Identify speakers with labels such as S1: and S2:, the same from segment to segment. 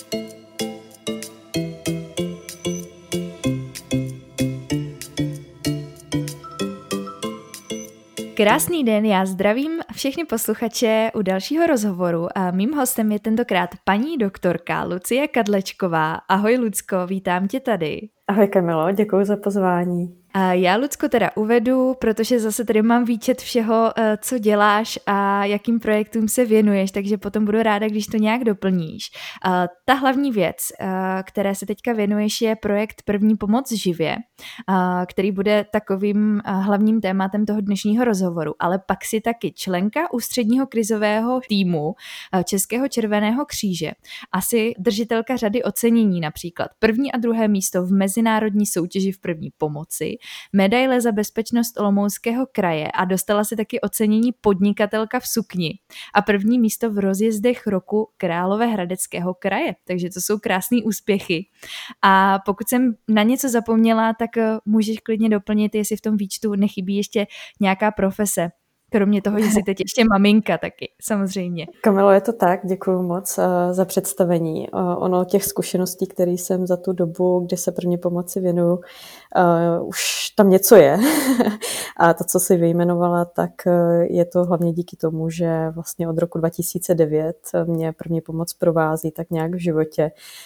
S1: Krásný den, já zdravím všechny posluchače u dalšího rozhovoru a mým hostem je tentokrát paní doktorka Lucie Kadlečková. Ahoj Lucko, vítám tě tady.
S2: Ahoj Kamilo, děkuji za pozvání.
S1: A já, Lucko, teda uvedu, protože zase tady mám výčet všeho, co děláš a jakým projektům se věnuješ, takže potom budu ráda, když to nějak doplníš. Ta hlavní věc, které se teďka věnuješ, je projekt První pomoc živě, který bude takovým hlavním tématem toho dnešního rozhovoru, ale pak si taky členka ústředního krizového týmu Českého červeného kříže, asi držitelka řady ocenění, například 1. a 2. místo v mezinárodní soutěži v první pomoci, medaile za bezpečnost Olomouckého kraje a dostala si taky ocenění podnikatelka v sukni a 1. místo v rozjezdech roku Královéhradeckého kraje. Takže to jsou krásný úspěchy. A pokud jsem na něco zapomněla, tak můžeš klidně doplnit, jestli v tom výčtu nechybí ještě nějaká profese. Kromě toho, že jsi teď ještě maminka taky, samozřejmě.
S2: Kamilo, je to tak, děkuji moc za představení. Ono těch zkušeností, které jsem za tu dobu, kdy se první pomoci věnuju, už tam něco je. A to, co jsi vyjmenovala, tak je to hlavně díky tomu, že vlastně od roku 2009 mě první pomoc provází tak nějak v životě.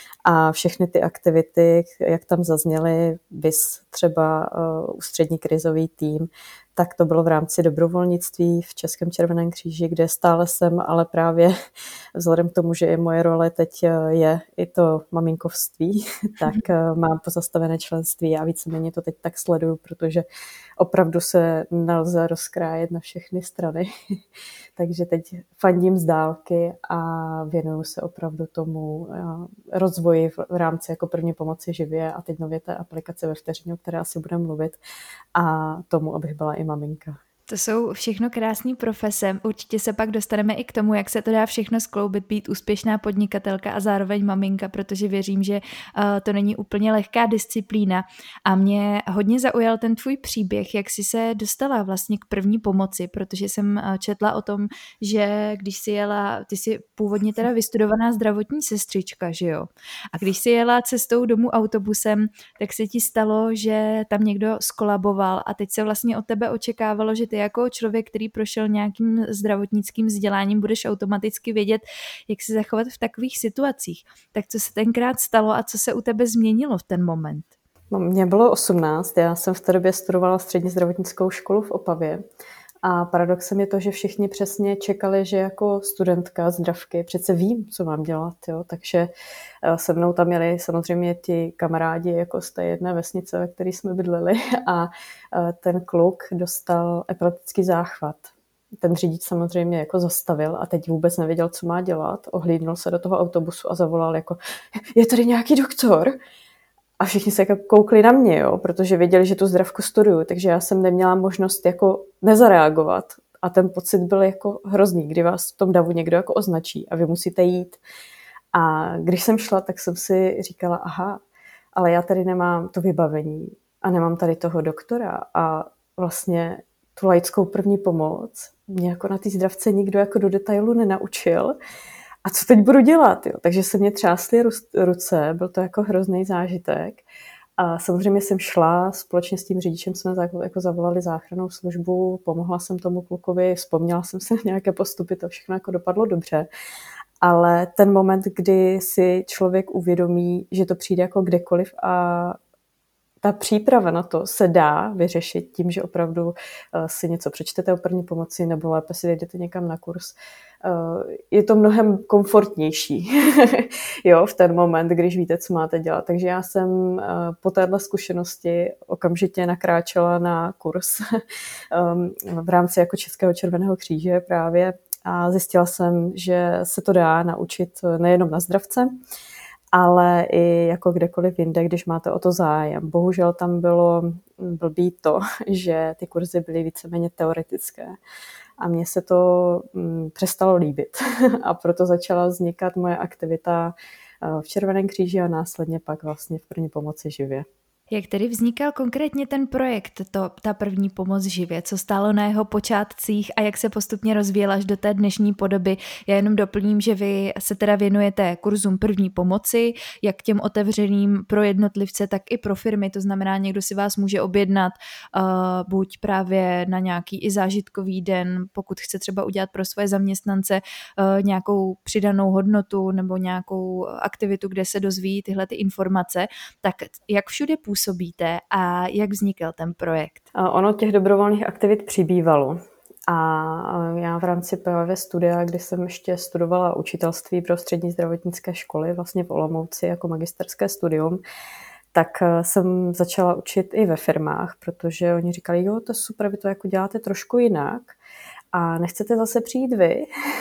S2: A všechny ty aktivity, jak tam zazněly, viz třeba ústřední krizový tým, tak to bylo v rámci dobrovolnictví v Českém červeném kříži, kde stále jsem, ale právě vzhledem k tomu, že i moje role teď je i to maminkovství, tak mám pozastavené členství a víceméně to teď tak sleduju, protože opravdu se nelze rozkrájet na všechny strany. Takže teď fandím z dálky a věnuju se opravdu tomu rozvoji v rámci jako první pomoci živě a teď nově té aplikace ve vteřině, o které asi budeme mluvit, a tomu, abych byla i maminka.
S1: To jsou všechno krásné profese. Určitě se pak dostaneme i k tomu, jak se to dá všechno skloubit, být úspěšná podnikatelka a zároveň maminka, protože věřím, že to není úplně lehká disciplína. A mě hodně zaujal ten tvůj příběh, jak jsi se dostala vlastně k první pomoci, protože jsem četla o tom, že když jsi jela, ty jsi původně teda vystudovaná zdravotní sestřička, že jo? A když jsi jela cestou domů autobusem, tak se ti stalo, že tam někdo skolaboval a teď se vlastně od tebe očekávalo, že ty jako člověk, který prošel nějakým zdravotnickým vzděláním, budeš automaticky vědět, jak se zachovat v takových situacích. Tak co se tenkrát stalo a co se u tebe změnilo v ten moment?
S2: No, mně bylo 18, já jsem v té době studovala střední zdravotnickou školu v Opavě. A paradoxem je to, že všichni přesně čekali, že jako studentka zdravky přece vím, co mám dělat. Jo? Takže se mnou tam měli samozřejmě ti kamarádi jako z té jedné vesnice, ve které jsme bydleli, a ten kluk dostal epileptický záchvat. Ten řidič samozřejmě jako zastavil a teď vůbec nevěděl, co má dělat. Ohlídnul se do toho autobusu a zavolal jako, je tady nějaký doktor? A všichni se jako koukli na mě, jo, protože věděli, že tu zdravku studuju, takže já jsem neměla možnost jako nezareagovat. A ten pocit byl jako hrozný, kdy vás v tom davu někdo jako označí a vy musíte jít. A když jsem šla, tak jsem si říkala, aha, ale já tady nemám to vybavení a nemám tady toho doktora a vlastně tu laickou první pomoc mě jako na té zdravce nikdo jako do detailu nenaučil. A co teď budu dělat? Jo? Takže se mě třásly ruce, byl to jako hrozný zážitek. A samozřejmě jsem šla, společně s tím řidičem jsme jako zavolali záchrannou službu, pomohla jsem tomu klukovi, vzpomněla jsem se na nějaké postupy, to všechno jako dopadlo dobře. Ale ten moment, kdy si člověk uvědomí, že to přijde jako kdekoliv a ta příprava na to se dá vyřešit tím, že opravdu si něco přečtete o první pomoci nebo lépe si jdete někam na kurz. Je to mnohem komfortnější jo, v ten moment, když víte, co máte dělat. Takže já jsem po téhle zkušenosti okamžitě nakráčela na kurz v rámci jako Českého červeného kříže právě a zjistila jsem, že se to dá naučit nejenom na zdravce, ale i jako kdekoliv jinde, když máte o to zájem. Bohužel tam bylo blbý to, že ty kurzy byly víceméně teoretické a mně se to přestalo líbit a proto začala vznikat moje aktivita v Červeném kříži a následně pak vlastně v první pomoci živě.
S1: Jak tedy vznikal konkrétně ten projekt, ta první pomoc živě? Co stálo na jeho počátcích a jak se postupně rozvíjel až do té dnešní podoby? Já jenom doplním, že vy se teda věnujete kurzům první pomoci, jak těm otevřeným pro jednotlivce, tak i pro firmy. To znamená, někdo si vás může objednat buď právě na nějaký i zážitkový den, pokud chce třeba udělat pro svoje zaměstnance nějakou přidanou hodnotu nebo nějakou aktivitu, kde se dozví tyhle ty informace. Tak jak všude působíte a jak vznikl ten projekt?
S2: Ono těch dobrovolných aktivit přibývalo. A já v rámci právě studia, kdy jsem ještě studovala učitelství pro střední zdravotnické školy, vlastně v Olomouci jako magisterské studium, tak jsem začala učit i ve firmách, protože oni říkali, jo, to je super, vy to jako děláte trošku jinak a nechcete zase přijít vy?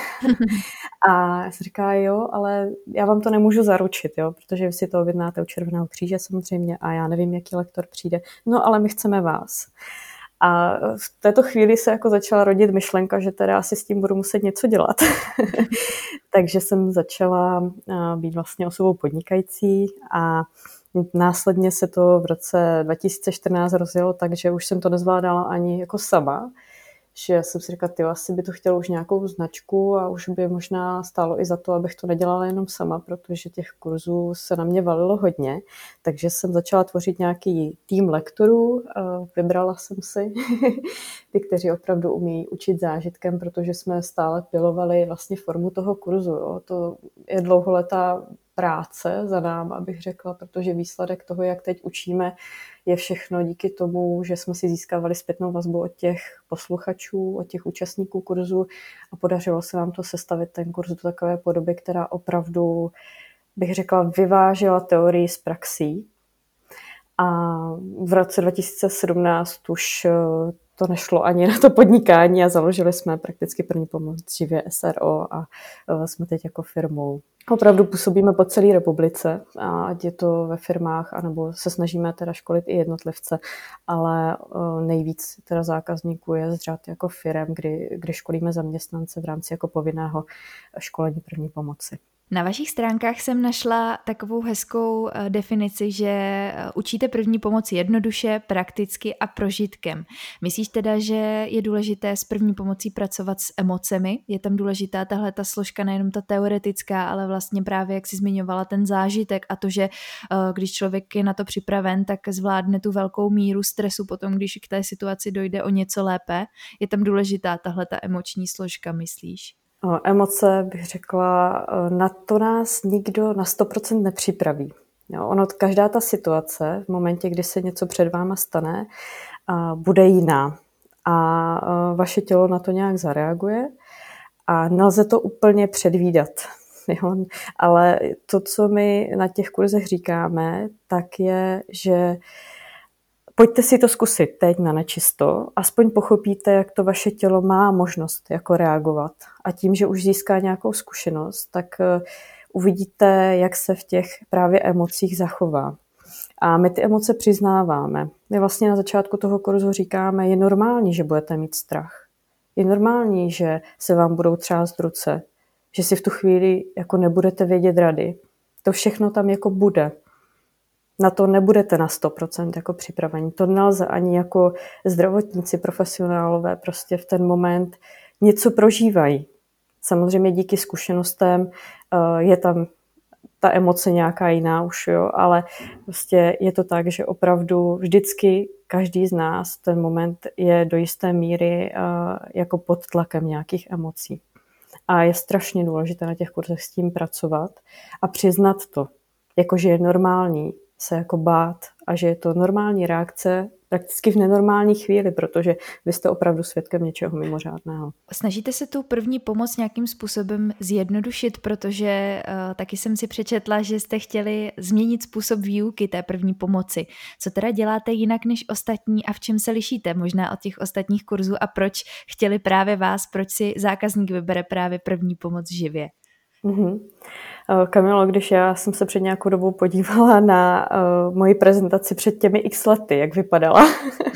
S2: A já jsem říkala, jo, ale já vám to nemůžu zaručit, jo, protože vy si to objednáte u Červeného kříže samozřejmě a já nevím, jaký lektor přijde. No, ale my chceme vás. A v této chvíli se jako začala rodit myšlenka, že teda asi s tím budu muset něco dělat. Takže jsem začala být vlastně osobou podnikající a následně se to v roce 2014 rozjelo tak, že už jsem to nezvládala ani jako sama, že jsem si říkala, tyjo, asi by to chtělo už nějakou značku a už by možná stálo i za to, abych to nedělala jenom sama, protože těch kurzů se na mě valilo hodně. Takže jsem začala tvořit nějaký tým lektorů, vybrala jsem si ty, kteří opravdu umí učit zážitkem, protože jsme stále pilovali vlastně formu toho kurzu. Jo. To je dlouholetá práce za námi, abych řekla, protože výsledek toho, jak teď učíme, je všechno díky tomu, že jsme si získávali zpětnou vazbu od těch posluchačů, od těch účastníků kurzu a podařilo se nám to sestavit ten kurz do takové podoby, která opravdu, bych řekla, vyvážila teorii s praxí. A v roce 2017 už to nešlo ani na to podnikání a založili jsme prakticky první pomoc živě SRO a jsme teď jako firmou. Opravdu působíme po celé republice, ať je to ve firmách, anebo se snažíme teda školit i jednotlivce, ale nejvíc teda zákazníků je z řad jako firem, kdy školíme zaměstnance v rámci jako povinného školení první pomoci.
S1: Na vašich stránkách jsem našla takovou hezkou definici, že učíte první pomoc jednoduše, prakticky a prožitkem. Myslíš teda, že je důležité s první pomocí pracovat s emocemi? Je tam důležitá tahle ta složka, nejenom ta teoretická, ale vlastně právě, jak jsi zmiňovala, ten zážitek a to, že když člověk je na to připraven, tak zvládne tu velkou míru stresu potom, když k té situaci dojde o něco lépe. Je tam důležitá tahle ta emoční složka, myslíš?
S2: Emoce, bych řekla, na to nás nikdo na 100% nepřipraví. Jo, každá ta situace v momentě, kdy se něco před váma stane, bude jiná. A vaše tělo na to nějak zareaguje a nelze to úplně předvídat. Jo? Ale to, co my na těch kurzech říkáme, tak je, že pojďte si to zkusit teď na nečisto, aspoň pochopíte, jak to vaše tělo má možnost jako reagovat. A tím, že už získá nějakou zkušenost, tak uvidíte, jak se v těch právě emocích zachová. A my ty emoce přiznáváme. My vlastně na začátku toho kurzu říkáme, je normální, že budete mít strach. Je normální, že se vám budou třást ruce, že si v tu chvíli jako nebudete vědět rady. To všechno tam jako bude. Na to nebudete na 100% jako připraveni. To nelze ani jako zdravotníci, profesionálové prostě v ten moment něco prožívají. Samozřejmě díky zkušenostem je tam ta emoce nějaká jiná už, jo, ale prostě je to tak, že opravdu vždycky každý z nás ten moment je do jisté míry jako pod tlakem nějakých emocí. A je strašně důležité na těch kurzech s tím pracovat a přiznat to, jakože je normální se jako bát a že je to normální reakce prakticky v nenormální chvíli, protože vy jste opravdu svědkem něčeho mimořádného.
S1: Snažíte se tu první pomoc nějakým způsobem zjednodušit, protože taky jsem si přečetla, že jste chtěli změnit způsob výuky té první pomoci. Co teda děláte jinak než ostatní a v čem se lišíte možná od těch ostatních kurzů a proč chtěli právě vás, proč si zákazník vybere právě první pomoc živě?
S2: Mm-hmm. Kamilo, když já jsem se před nějakou dobou podívala na moji prezentaci před těmi x lety, jak vypadala,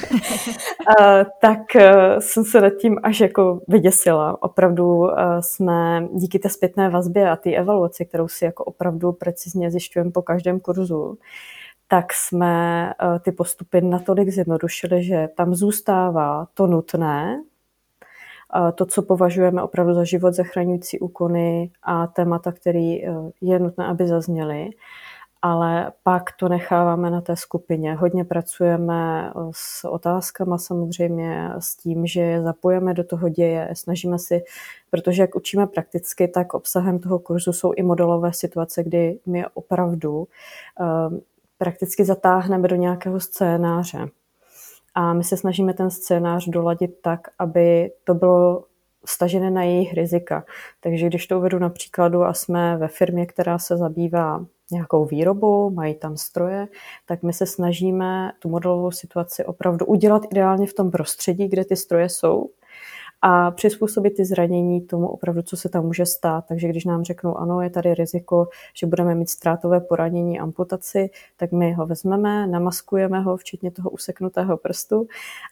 S2: tak jsem se nad tím až jako vyděsila. Opravdu jsme díky té zpětné vazbě a té evaluaci, kterou si jako opravdu precizně zjišťujeme po každém kurzu, tak jsme ty postupy natolik zjednodušili, že tam zůstává to nutné, to, co považujeme opravdu za život zachraňující úkony a témata, které je nutné, aby zazněly, ale pak to necháváme na té skupině. Hodně pracujeme s otázkama samozřejmě, s tím, že je zapojeme do toho děje, snažíme si, protože jak učíme prakticky, tak obsahem toho kurzu jsou i modelové situace, kdy my opravdu prakticky zatáhneme do nějakého scénáře. A my se snažíme ten scénář doladit tak, aby to bylo stažené na jejich rizika. Takže když to uvedu na příkladu a jsme ve firmě, která se zabývá nějakou výrobou, mají tam stroje, tak my se snažíme tu modelovou situaci opravdu udělat ideálně v tom prostředí, kde ty stroje jsou, a přizpůsobit ty zranění tomu opravdu, co se tam může stát. Takže když nám řeknou, ano, je tady riziko, že budeme mít ztrátové poranění, amputaci, tak my ho vezmeme, namaskujeme ho, včetně toho useknutého prstu,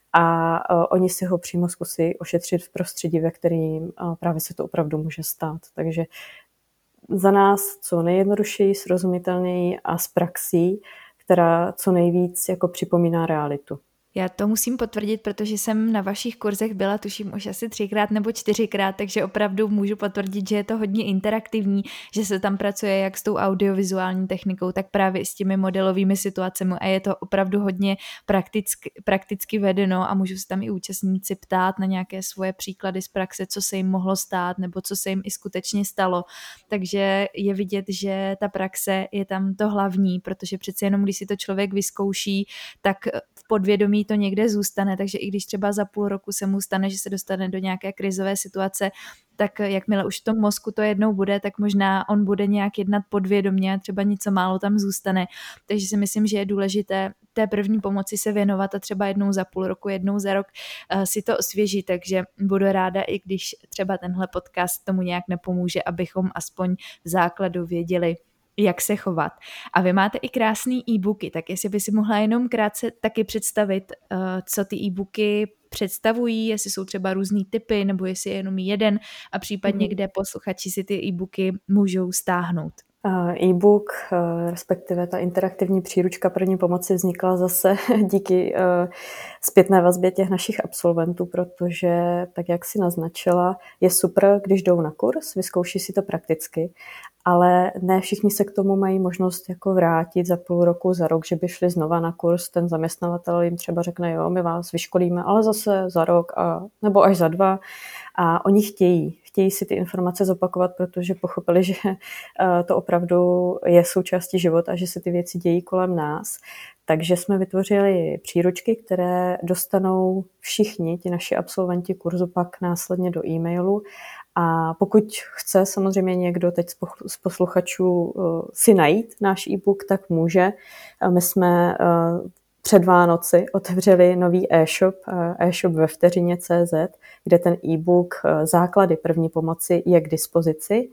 S2: a oni si ho přímo zkusí ošetřit v prostředí, ve kterým právě se to opravdu může stát. Takže za nás co nejjednodušeji, srozumitelněji a s praxí, která co nejvíc jako připomíná realitu.
S1: Já to musím potvrdit, protože jsem na vašich kurzech byla, tuším, už asi 3x nebo 4x, takže opravdu můžu potvrdit, že je to hodně interaktivní, že se tam pracuje jak s tou audiovizuální technikou, tak právě s těmi modelovými situacemi a je to opravdu hodně prakticky vedeno a můžu se tam i účastníci ptát na nějaké svoje příklady z praxe, co se jim mohlo stát nebo co se jim i skutečně stalo. Takže je vidět, že ta praxe je tam to hlavní, protože přece jenom, když si to člověk vyzkouší, tak v podvědomí to někde zůstane, takže i když třeba za půl roku se mu stane, že se dostane do nějaké krizové situace, tak jakmile už v tom mozku to jednou bude, tak možná on bude nějak jednat podvědomě a třeba něco málo tam zůstane. Takže si myslím, že je důležité té první pomoci se věnovat a třeba jednou za půl roku, jednou za rok si to osvěžit, takže budu ráda, i když třeba tenhle podcast tomu nějak nepomůže, abychom aspoň v základu věděli, jak se chovat. A vy máte i krásný e-booky, tak jestli by si mohla jenom krátce taky představit, co ty e-booky představují, jestli jsou třeba různý typy, nebo jestli je jenom jeden a případně kde posluchači si ty e-booky můžou stáhnout.
S2: E-book, respektive ta interaktivní příručka první pomoci vznikla zase díky zpětné vazbě těch našich absolventů, protože, tak jak si naznačila, je super, když jdou na kurz, vyzkouší si to prakticky, ale ne všichni se k tomu mají možnost jako vrátit za půl roku, za rok, že by šli znova na kurz, ten zaměstnavatel jim třeba řekne, jo, my vás vyškolíme, ale zase za rok nebo až za 2, a oni chtějí si ty informace zopakovat, protože pochopili, že to opravdu je součástí života a že se ty věci dějí kolem nás. Takže jsme vytvořili příručky, které dostanou všichni ti naši absolventi kurzu pak následně do e-mailu. A pokud chce samozřejmě někdo teď z posluchačů si najít náš e-book, tak může. My jsme před Vánoci otevřeli nový e-shop ve vteřině.cz, kde ten e-book Základy první pomoci je k dispozici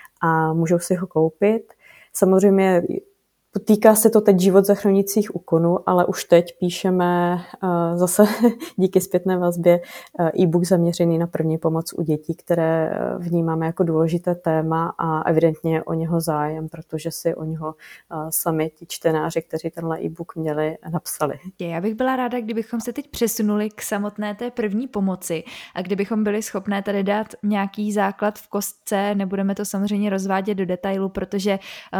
S2: a můžou si ho koupit. Samozřejmě týká se to teď život zachraňujících úkonů, ale už teď píšeme zase díky zpětné vazbě e-book zaměřený na první pomoc u dětí, které vnímáme jako důležité téma a evidentně je o něho zájem, protože si o něho sami ti čtenáři, kteří tenhle e-book měli, napsali.
S1: Já bych byla ráda, kdybychom se teď přesunuli k samotné té první pomoci a kdybychom byli schopné tady dát nějaký základ v kostce, nebudeme to samozřejmě rozvádět do detailu, protože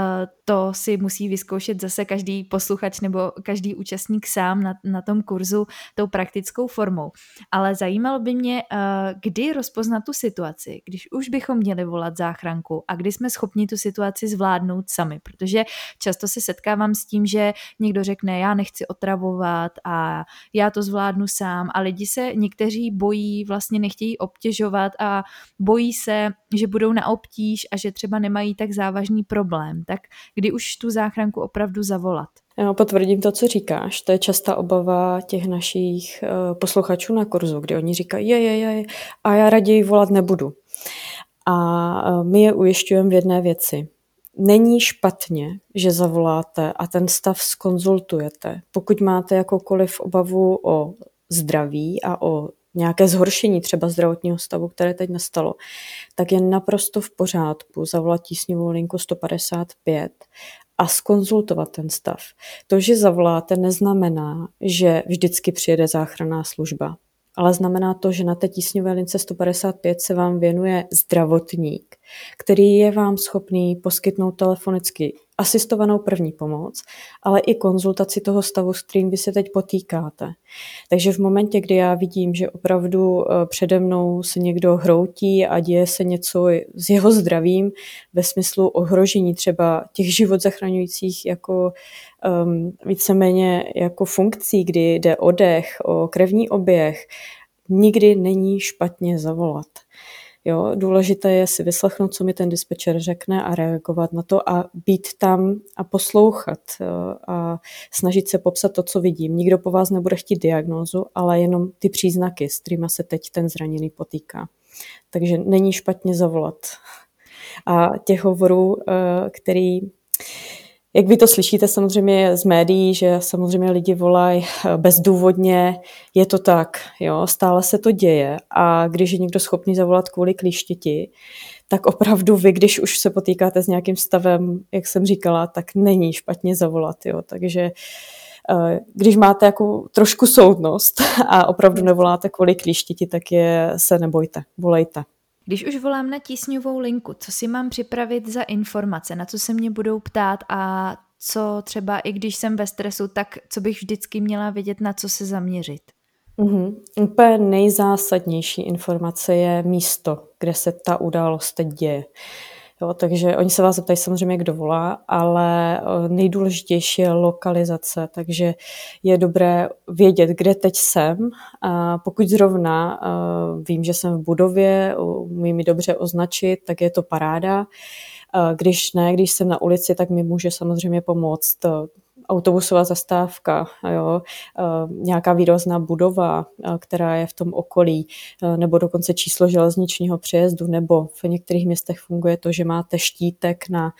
S1: to si musí vyzkoušet zase každý posluchač nebo každý účastník sám na tom kurzu tou praktickou formou. Ale zajímalo by mě, kdy rozpoznat tu situaci, když už bychom měli volat záchranku a kdy jsme schopni tu situaci zvládnout sami, protože často se setkávám s tím, že někdo řekne, já nechci otravovat a já to zvládnu sám a lidi se někteří bojí, vlastně nechtějí obtěžovat a bojí se, že budou na obtíž a že třeba nemají tak závažný problém. Tak kdy už tu záchranku opravdu zavolat?
S2: Já potvrdím to, co říkáš. To je častá obava těch našich posluchačů na kurzu, kdy oni říkají, a já raději volat nebudu. A my je ujišťujeme v jedné věci. Není špatně, že zavoláte a ten stav zkonzultujete. Pokud máte jakoukoliv obavu o zdraví a o nějaké zhoršení třeba zdravotního stavu, které teď nastalo, tak je naprosto v pořádku zavolat tísňovou linku 155 a zkonzultovat ten stav. To, že zavoláte, neznamená, že vždycky přijede záchranná služba. Ale znamená to, že na té tísňové lince 155 se vám věnuje zdravotník, který je vám schopný poskytnout telefonicky asistovanou první pomoc, ale i konzultaci toho stavu, s kterým vy se teď potýkáte. Takže v momentě, kdy já vidím, že opravdu přede mnou se někdo hroutí a děje se něco s jeho zdravím ve smyslu ohrožení třeba těch život zachraňujících jako víceméně jako funkcí, kdy jde o dech, o krevní oběh, nikdy není špatně zavolat. Jo, důležité je si vyslechnout, co mi ten dispečer řekne a reagovat na to a být tam a poslouchat a snažit se popsat to, co vidím. Nikdo po vás nebude chtít diagnózu, ale jenom ty příznaky, s kterými se teď ten zraněný potýká. Takže není špatně zavolat. A těch hovorů, který... Jak vy to slyšíte samozřejmě z médií, že samozřejmě lidi volají bezdůvodně, je to tak, jo, stále se to děje a když je někdo schopný zavolat kvůli klíštěti, tak opravdu vy, když už se potýkáte s nějakým stavem, jak jsem říkala, tak není špatně zavolat, jo, takže když máte jako trošku soudnost a opravdu nevoláte kvůli klíštěti, tak se nebojte, volejte.
S1: Když už volám na tísňovou linku, co si mám připravit za informace, na co se mě budou ptát a co třeba i když jsem ve stresu, tak co bych vždycky měla vědět, na co se zaměřit?
S2: Úplně nejzásadnější informace je místo, kde se ta událost teď děje. Jo, takže oni se vás zeptají samozřejmě, kdo volá, ale nejdůležitější je lokalizace, takže je dobré vědět, kde teď jsem. A pokud zrovna vím, že jsem v budově, umím mi dobře označit, tak je to paráda. Když ne, když jsem na ulici, tak mi může samozřejmě pomoct autobusová zastávka, jo, nějaká výrazná budova, která je v tom okolí, nebo dokonce číslo železničního přejezdu, nebo v některých městech funguje to, že máte štítek na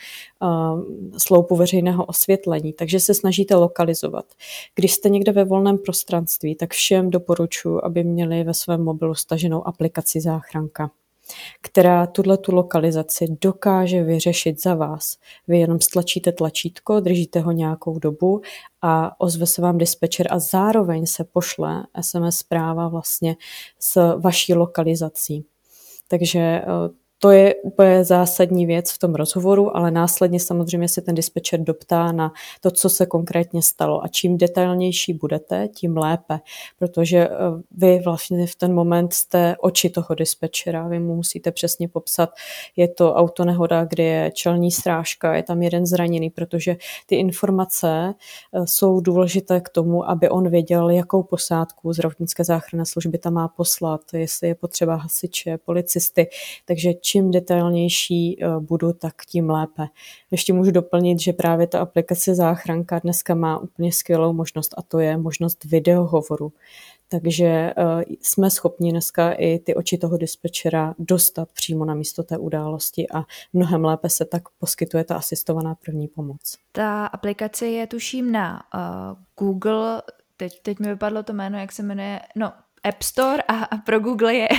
S2: sloupu veřejného osvětlení, takže se snažíte lokalizovat. Když jste někde ve volném prostranství, tak všem doporučuji, aby měli ve svém mobilu staženou aplikaci Záchranka, která tu lokalizaci dokáže vyřešit za vás. Vy jenom stlačíte tlačítko, držíte ho nějakou dobu a ozve se vám dispečer a zároveň se pošle SMS zpráva vlastně s vaší lokalizací. Takže to je úplně zásadní věc v tom rozhovoru, ale následně samozřejmě se ten dispečer doptá na to, co se konkrétně stalo. A čím detailnější budete, tím lépe, protože vy vlastně v ten moment jste oči toho dispečera, vy mu musíte přesně popsat, je to autonehoda, kde je čelní srážka, je tam jeden zraněný, protože ty informace jsou důležité k tomu, aby on věděl, jakou posádku zdravotnické záchranné služby tam má poslat, jestli je potřeba hasiče, policisty, takže čím detailnější budu, tak tím lépe. Ještě můžu doplnit, že právě ta aplikace Záchranka dneska má úplně skvělou možnost a to je možnost videohovoru. Takže jsme schopni dneska i ty oči toho dispečera dostat přímo na místo té události a mnohem lépe se tak poskytuje ta asistovaná první pomoc.
S1: Ta aplikace je tuším na Google, teď mi vypadlo to jméno, jak se jmenuje, App Store a pro Google je,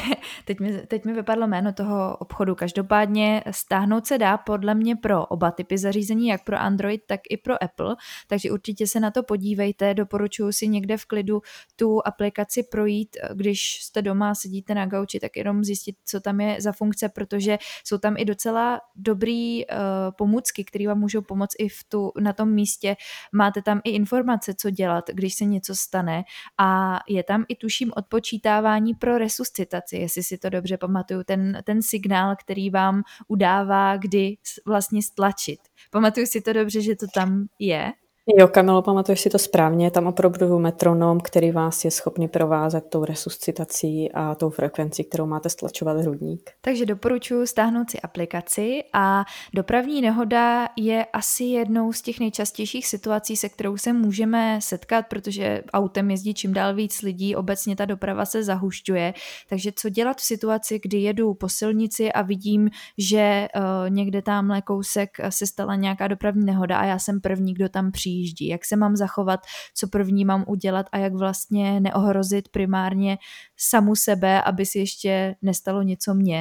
S1: teď mi vypadlo jméno toho obchodu. Každopádně stáhnout se dá podle mě pro oba typy zařízení, jak pro Android, tak i pro Apple, takže určitě se na to podívejte, doporučuji si někde v klidu tu aplikaci projít, když jste doma, sedíte na gauči, tak jenom zjistit, co tam je za funkce, protože jsou tam i docela dobrý pomůcky, které vám můžou pomoct i na tom místě. Máte tam i informace, co dělat, když se něco stane a je tam i tuším odpočítávání pro resuscitaci, jestli si to dobře pamatuju, ten signál, který vám udává, kdy vlastně stlačit. Pamatuju si to dobře, že to tam je?
S2: Jo, Kamilo, pamatuješ si to správně, je tam opravdu metronom, který vás je schopný provázet tou resuscitací a tou frekvencí, kterou máte stlačovat hrudník.
S1: Takže doporučuji stáhnout si aplikaci a dopravní nehoda je asi jednou z těch nejčastějších situací, se kterou se můžeme setkat, protože autem jezdí čím dál víc lidí, obecně ta doprava se zahušťuje, takže co dělat v situaci, kdy jedu po silnici a vidím, že někde tamhle kousek se stala nějaká dopravní nehoda a já jsem první, kdo tam přijíždí. Jak se mám zachovat, co první mám udělat a jak vlastně neohrozit primárně samu sebe, aby si ještě nestalo něco mně.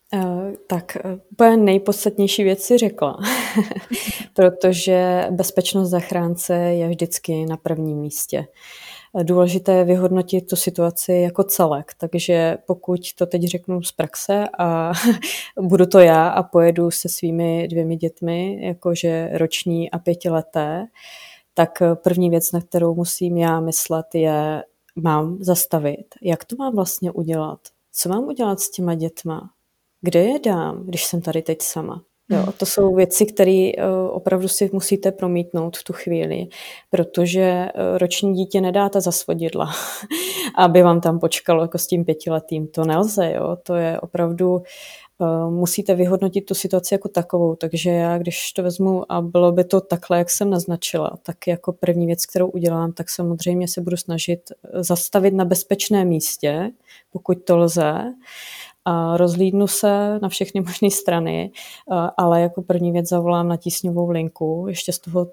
S2: Úplně nejpodstatnější věc si řekla, protože bezpečnost zachránce je vždycky na prvním místě. Důležité je vyhodnotit tu situaci jako celek, takže pokud to teď řeknu z praxe a budu to já a pojedu se svými 2 dětmi, jakože roční a 5leté, tak první věc, na kterou musím já myslet, je mám zastavit. Jak to mám vlastně udělat? Co mám udělat s těma dětma? Kde je dám, když jsem tady teď sama? Jo, to jsou věci, které opravdu si musíte promítnout v tu chvíli, protože roční dítě nedáte za svodidla, aby vám tam počkalo jako s tím 5letým. To nelze, jo? To je opravdu, musíte vyhodnotit tu situaci jako takovou, takže já, když to vezmu a bylo by to takhle, jak jsem naznačila, tak jako první věc, kterou udělám, tak samozřejmě se budu snažit zastavit na bezpečném místě, pokud to lze, a rozhlídnu se na všechny možné strany, ale jako první věc zavolám na tísňovou linku, ještě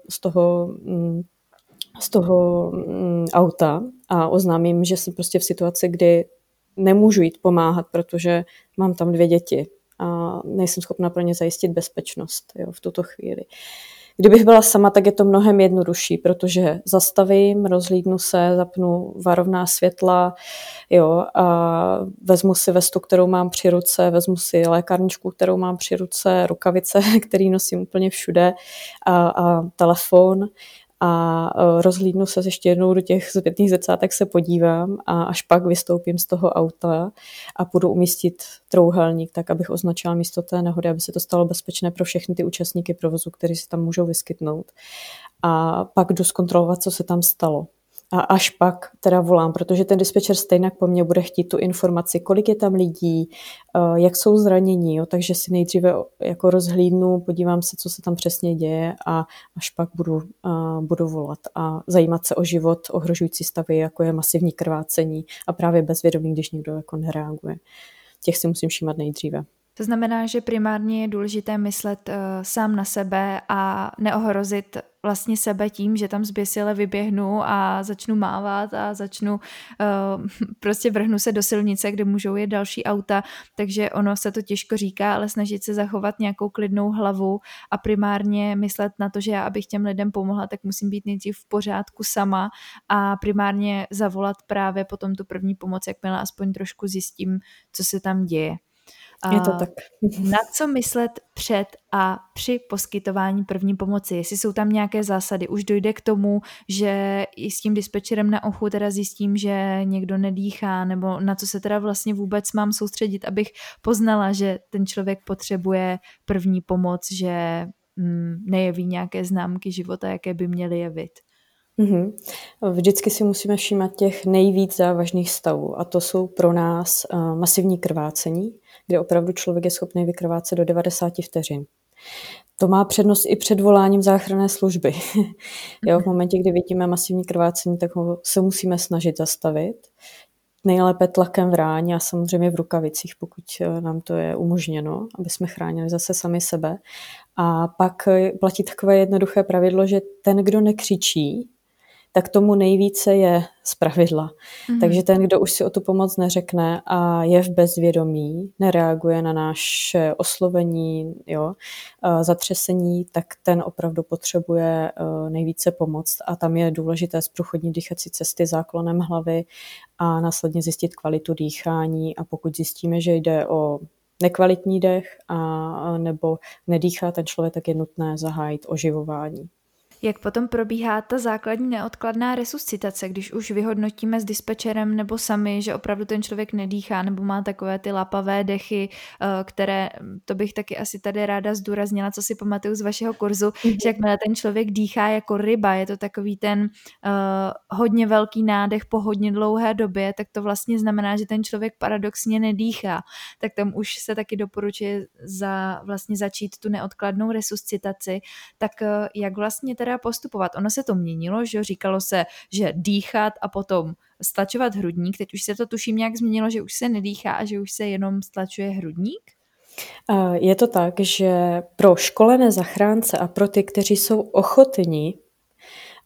S2: z toho auta a oznámím, že jsem prostě v situaci, kdy nemůžu jít pomáhat, protože mám tam 2 děti a nejsem schopna pro ně zajistit bezpečnost, jo, v tuto chvíli. Kdybych byla sama, tak je to mnohem jednodušší, protože zastavím, rozhlídnu se, zapnu varovná světla, jo, a vezmu si vestu, kterou mám při ruce, vezmu si lékárničku, kterou mám při ruce, rukavice, který nosím úplně všude a telefon a rozhlídnu se ještě jednou do těch zpětných zrcátek, se podívám a až pak vystoupím z toho auta a půjdu umístit trouhelník, tak abych označila místo té nehody, aby se to stalo bezpečné pro všechny ty účastníky provozu, kteří se tam můžou vyskytnout. A pak jdu zkontrolovat, co se tam stalo. A až pak teda volám, protože ten dispečer stejně po mně bude chtít tu informaci, kolik je tam lidí, jak jsou zranění, jo? Takže si nejdříve jako rozhlídnu, podívám se, co se tam přesně děje a až pak budu volat a zajímat se o život, ohrožující stavy, jako je masivní krvácení a právě bezvědomí, když někdo jako nereaguje. Těch si musím všímat nejdříve.
S1: To znamená, že primárně je důležité myslet sám na sebe a neohrozit vlastně sebe tím, že tam zběsile vyběhnu a začnu mávat a prostě vrhnu se do silnice, kde můžou jet další auta, takže ono se to těžko říká, ale snažit se zachovat nějakou klidnou hlavu a primárně myslet na to, že já, abych těm lidem pomohla, tak musím být nejdřív v pořádku sama a primárně zavolat právě potom tu první pomoc, jakmile aspoň trošku zjistím, co se tam děje.
S2: Je to tak.
S1: Na co myslet před a při poskytování první pomoci? Jestli jsou tam nějaké zásady, už dojde k tomu, že i s tím dispečerem na uchu teda zjistím, že někdo nedýchá, nebo na co se teda vlastně vůbec mám soustředit, abych poznala, že ten člověk potřebuje první pomoc, že nejeví nějaké známky života, jaké by měly jevit.
S2: Vždycky si musíme všímat těch nejvíc závažných stavů a to jsou pro nás masivní krvácení, kde opravdu člověk je schopný vykrvácet do 90 vteřin. To má přednost i před voláním záchranné služby. Jo, v momentě, kdy vidíme masivní krvácení, tak se musíme snažit zastavit. Nejlépe tlakem v ráně a samozřejmě v rukavicích, pokud nám to je umožněno, aby jsme chránili zase sami sebe. A pak platí takové jednoduché pravidlo, že ten, kdo nekřičí, tak tomu nejvíce je zpravidla. Takže ten, kdo už si o tu pomoc neřekne a je v bezvědomí, nereaguje na naše oslovení, jo, zatřesení, tak ten opravdu potřebuje nejvíce pomoc a tam je důležité zprůchodnit dýchací cesty záklonem hlavy a následně zjistit kvalitu dýchání a pokud zjistíme, že jde o nekvalitní dech a nebo nedýchá ten člověk, tak je nutné zahájit oživování.
S1: Jak potom probíhá ta základní neodkladná resuscitace, když už vyhodnotíme s dispečerem nebo sami, že opravdu ten člověk nedýchá nebo má takové ty lapavé dechy, které, to bych taky asi tady ráda zdůraznila, co si pamatuju z vašeho kurzu, že jakmile ten člověk dýchá jako ryba, je to takový ten hodně velký nádech po hodně dlouhé době, tak to vlastně znamená, že ten člověk paradoxně nedýchá. Tak tam už se taky doporučuje vlastně začít tu neodkladnou resuscitaci. Tak jak vlastně teda postupovat? Ono se to měnilo, že říkalo se, že dýchat a potom stlačovat hrudník. Teď už se to tuším nějak změnilo, že už se nedýchá a že už se jenom stlačuje hrudník?
S2: Je to tak, že pro školené zachránce a pro ty, kteří jsou ochotní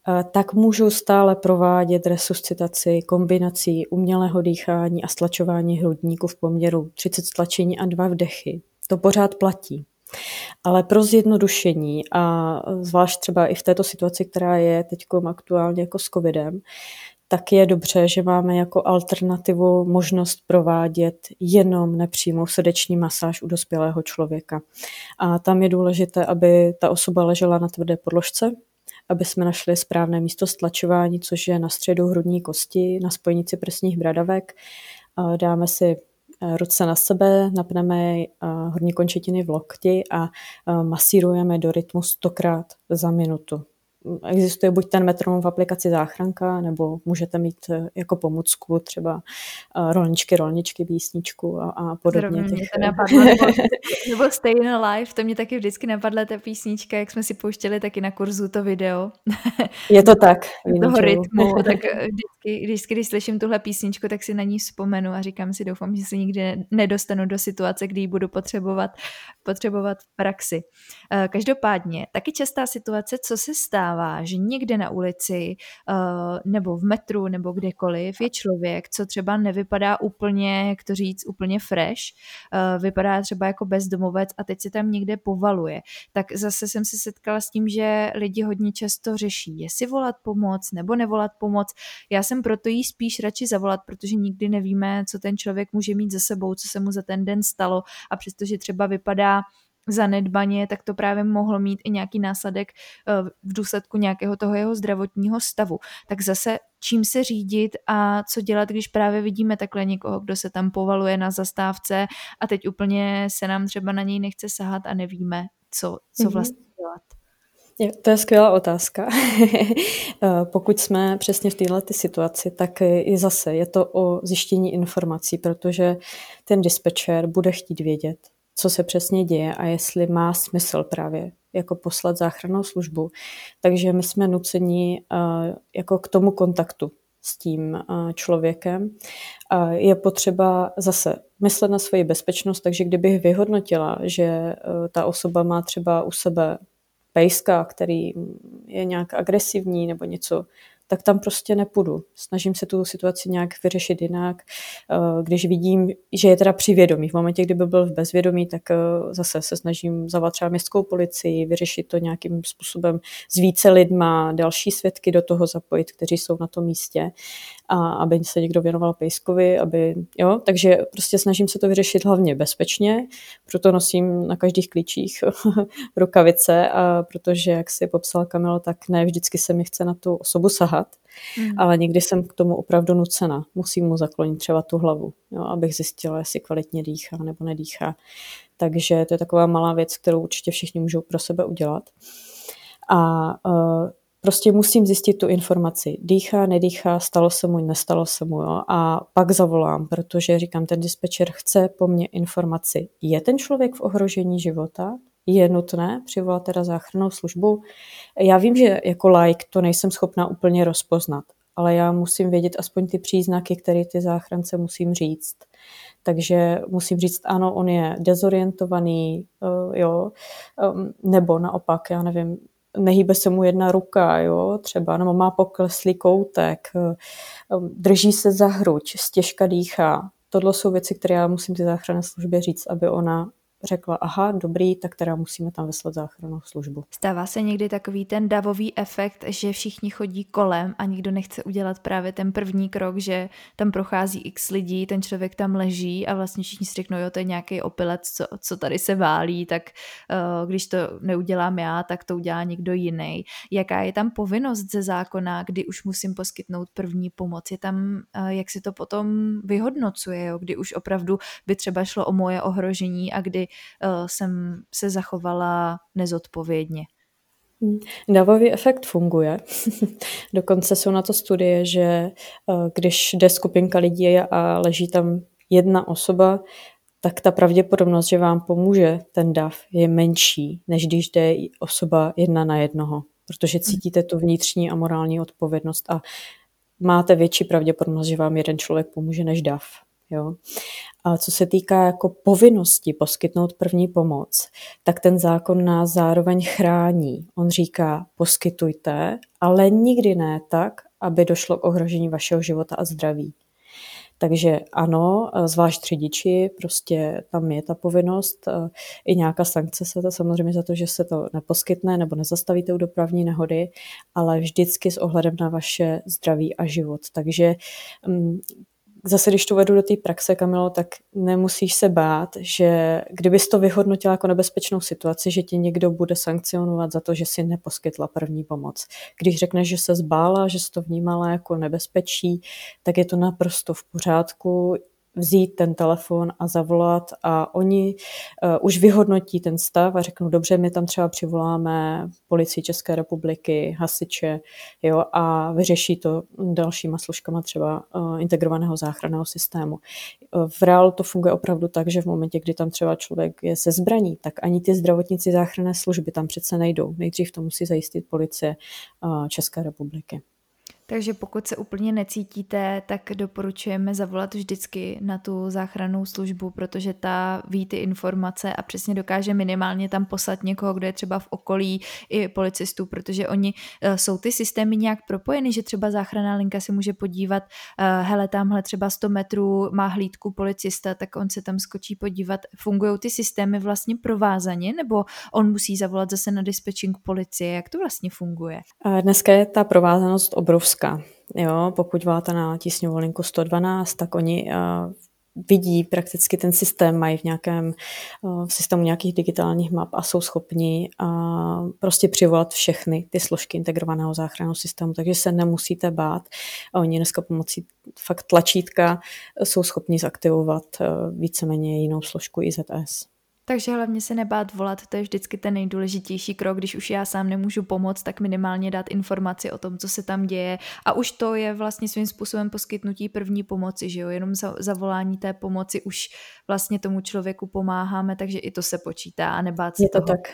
S2: tak můžou stále provádět resuscitaci kombinací umělého dýchání a stlačování hrudníku v poměru 30 stlačení a 2 vdechy. To pořád platí. Ale pro zjednodušení a zvlášť třeba i v této situaci, která je teď aktuálně jako s covidem, tak je dobře, že máme jako alternativu možnost provádět jenom nepřímou srdeční masáž u dospělého člověka. A tam je důležité, aby ta osoba ležela na tvrdé podložce, aby jsme našli správné místo stlačování, což je na středu hrudní kosti, na spojnici prsních bradavek. Dáme si ruce na sebe, napneme horní končetiny v lokti a masírujeme do rytmu 100krát za minutu. Existuje buď ten metronom v aplikaci Záchranka, nebo můžete mít jako pomůcku třeba rolničky, písničku a podobně.
S1: Zrovna mě to napadlo, nebo Stay Alive, to mě taky vždycky napadla ta písnička, jak jsme si pouštěli taky na kurzu to video.
S2: Je to tak.
S1: Toho rytmu, tak když slyším tuhle písničku, tak si na ní vzpomenu a říkám si, doufám, že se nikdy nedostanu do situace, kdy ji budu potřebovat v praxi. Každopádně, taky častá situace, co se stává, že někde na ulici nebo v metru nebo kdekoliv je člověk, co třeba nevypadá úplně, jak to říct, úplně fresh, vypadá třeba jako bezdomovec a teď se tam někde povaluje. Tak zase jsem se setkala s tím, že lidi hodně často řeší, jestli volat pomoc nebo nevolat pomoc. Já jsem proto jí spíš radši zavolat, protože nikdy nevíme, co ten člověk může mít za sebou, co se mu za ten den stalo a přestože třeba vypadá zanedbaně, tak to právě mohlo mít i nějaký následek v důsledku nějakého toho jeho zdravotního stavu. Tak zase čím se řídit a co dělat, když právě vidíme takhle někoho, kdo se tam povaluje na zastávce a teď úplně se nám třeba na něj nechce sahat a nevíme, co vlastně dělat.
S2: To je skvělá otázka. Pokud jsme přesně v této situaci, tak i zase je to o zjištění informací, protože ten dispečer bude chtít vědět, co se přesně děje a jestli má smysl právě jako poslat záchrannou službu. Takže my jsme nuceni jako k tomu kontaktu s tím člověkem. Je potřeba zase myslet na svoji bezpečnost, takže kdybych vyhodnotila, že ta osoba má třeba u sebe pejska, který je nějak agresivní nebo něco, tak tam prostě nepůjdu. Snažím se tu situaci nějak vyřešit jinak. Když vidím, že je teda při vědomí, v momentě, kdyby byl v bezvědomí, tak zase se snažím zavolat třeba městskou policii, vyřešit to nějakým způsobem s více lidma, další svědky do toho zapojit, kteří jsou na tom místě, a aby se někdo věnoval pejskovi, takže prostě snažím se to vyřešit hlavně bezpečně, proto nosím na každých klíčích rukavice, protože, jak si popsal Kamilo, tak ne vždycky se mi chce na tu osobu sahat, ale někdy jsem k tomu opravdu nucena. Musím mu zaklonit třeba tu hlavu, abych zjistila, jestli kvalitně dýchá nebo nedýchá. Takže to je taková malá věc, kterou určitě všichni můžou pro sebe udělat. A prostě musím zjistit tu informaci. Dýchá, nedýchá, stalo se mu, nestalo se mu. A pak zavolám, protože říkám, ten dispečer chce po mně informaci. Je ten člověk v ohrožení života? Je nutné přivolat teda záchrannou službu? Já vím, že jako laik to nejsem schopná úplně rozpoznat, ale já musím vědět aspoň ty příznaky, které ty záchrance musím říct. Takže musím říct, ano, on je dezorientovaný, nebo naopak, já nevím, nehýbe se mu jedna ruka, třeba, nebo má pokleslý koutek, drží se za hruď, stěžka dýchá. Tohle jsou věci, které já musím ty záchranné službě říct, aby ona řekla, aha, dobrý, tak teda musíme tam vyslat záchrannou službu.
S1: Stává se někdy takový ten davový efekt, že všichni chodí kolem a nikdo nechce udělat právě ten první krok, že tam prochází x lidí, ten člověk tam leží a vlastně všichni si řeknou, to je nějaký opilec, co tady se válí, tak když to neudělám já, tak to udělá někdo jiný. Jaká je tam povinnost ze zákona, kdy už musím poskytnout první pomoc? Je tam, jak si to potom vyhodnocuje, kdy už opravdu by třeba šlo o moje ohrožení a kdy jsem se zachovala nezodpovědně.
S2: Davový efekt funguje. Dokonce jsou na to studie, že když jde skupinka lidí a leží tam jedna osoba, tak ta pravděpodobnost, že vám pomůže ten dav, je menší, než když jde osoba 1 na 1, protože cítíte tu vnitřní a morální odpovědnost a máte větší pravděpodobnost, že vám jeden člověk pomůže než dav. Jo. A co se týká jako povinnosti poskytnout první pomoc, tak ten zákon nás zároveň chrání. On říká, poskytujte, ale nikdy ne tak, aby došlo k ohrožení vašeho života a zdraví. Takže ano, zvlášť řidiči, prostě tam je ta povinnost, i nějaká sankce se to samozřejmě za to, že se to neposkytne nebo nezastavíte u dopravní nehody, ale vždycky s ohledem na vaše zdraví a život. Takže zase, když to vedu do té praxe, Kamilo, tak nemusíš se bát, že kdybys to vyhodnotila jako nebezpečnou situaci, že ti někdo bude sankcionovat za to, že si neposkytla první pomoc. Když řekneš, že se zbála, že jsi to vnímala jako nebezpečí, tak je to naprosto v pořádku vzít ten telefon a zavolat a oni už vyhodnotí ten stav a řeknou, dobře, my tam třeba přivoláme policii České republiky, hasiče, jo, a vyřeší to dalšíma složkama třeba integrovaného záchranného systému. V reálu to funguje opravdu tak, že v momentě, kdy tam třeba člověk je se zbraní, tak ani ty zdravotníci záchranné služby tam přece nejdou. Nejdřív to musí zajistit policie České republiky.
S1: Takže pokud se úplně necítíte, tak doporučujeme zavolat vždycky na tu záchrannou službu, protože ta ví ty informace a přesně dokáže minimálně tam poslat někoho, kdo je třeba v okolí, i policistů, protože oni jsou ty systémy nějak propojeny, že třeba záchranná linka si může podívat, hele, tamhle třeba 100 metrů má hlídku policista, tak on se tam skočí podívat. Fungují ty systémy vlastně provázaně, nebo on musí zavolat zase na dispečing policie? Jak to vlastně funguje?
S2: Dneska je ta provázanost obrovská. Jo, pokud voláte na tísňovou linku 112, tak oni vidí prakticky ten systém, mají v nějakém systému nějakých digitálních map a jsou schopni prostě přivolat všechny ty složky integrovaného záchranného systému, takže se nemusíte bát. Oni dneska pomocí fakt tlačítka jsou schopni zaktivovat víceméně jinou složku IZS.
S1: Takže hlavně se nebát volat, to je vždycky ten nejdůležitější krok, když už já sám nemůžu pomoct, tak minimálně dát informaci o tom, co se tam děje a už to je vlastně svým způsobem poskytnutí první pomoci, že jo, jenom zavolání té pomoci už vlastně tomu člověku pomáháme, takže i to se počítá a nebát se toho.
S2: Je to tak.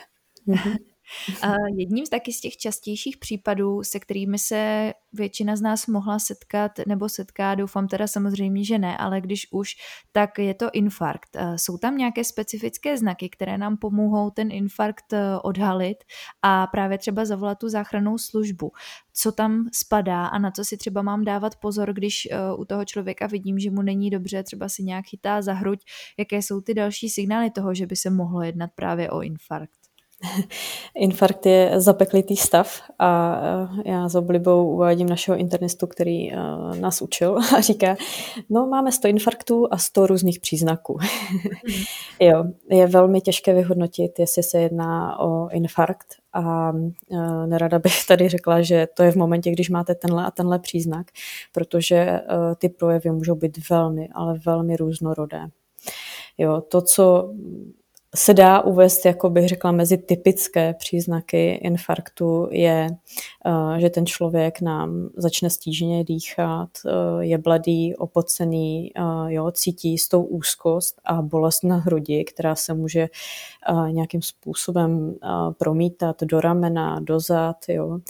S1: Jedním z taky z těch častějších případů, se kterými se většina z nás mohla setkat nebo setká, doufám teda samozřejmě, že ne, ale když už, tak je to infarkt. Jsou tam nějaké specifické znaky, které nám pomohou ten infarkt odhalit a právě třeba zavolat tu záchrannou službu. Co tam spadá a na co si třeba mám dávat pozor, když u toho člověka vidím, že mu není dobře, třeba si nějak chytá za hruď, jaké jsou ty další signály toho, že by se mohlo jednat právě o infarkt?
S2: Infarkt je zapeklitý stav a já s oblibou uvádím našeho internistu, který nás učil a říká, no máme 100 infarktů a 100 různých příznaků. Jo, je velmi těžké vyhodnotit, jestli se jedná o infarkt a nerada bych tady řekla, že to je v momentě, když máte tenhle a tenhle příznak, protože ty projevy můžou být velmi, ale velmi různorodé. Jo, to, co se dá uvést, jako bych řekla, mezi typické příznaky infarktu je, že ten člověk nám začne stíženě dýchat, je bledý, opocený, jo, cítí jistou úzkost a bolest na hrudi, která se může nějakým způsobem promítat do ramena, do zad, jo.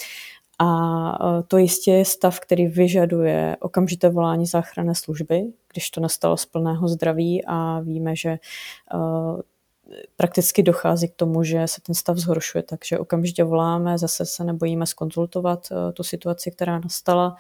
S2: A to jistě je stav, který vyžaduje okamžité volání záchranné služby, když to nastalo z plného zdraví a víme, že prakticky dochází k tomu, že se ten stav zhoršuje, takže okamžitě voláme, zase se nebojíme zkonzultovat tu situaci, která nastala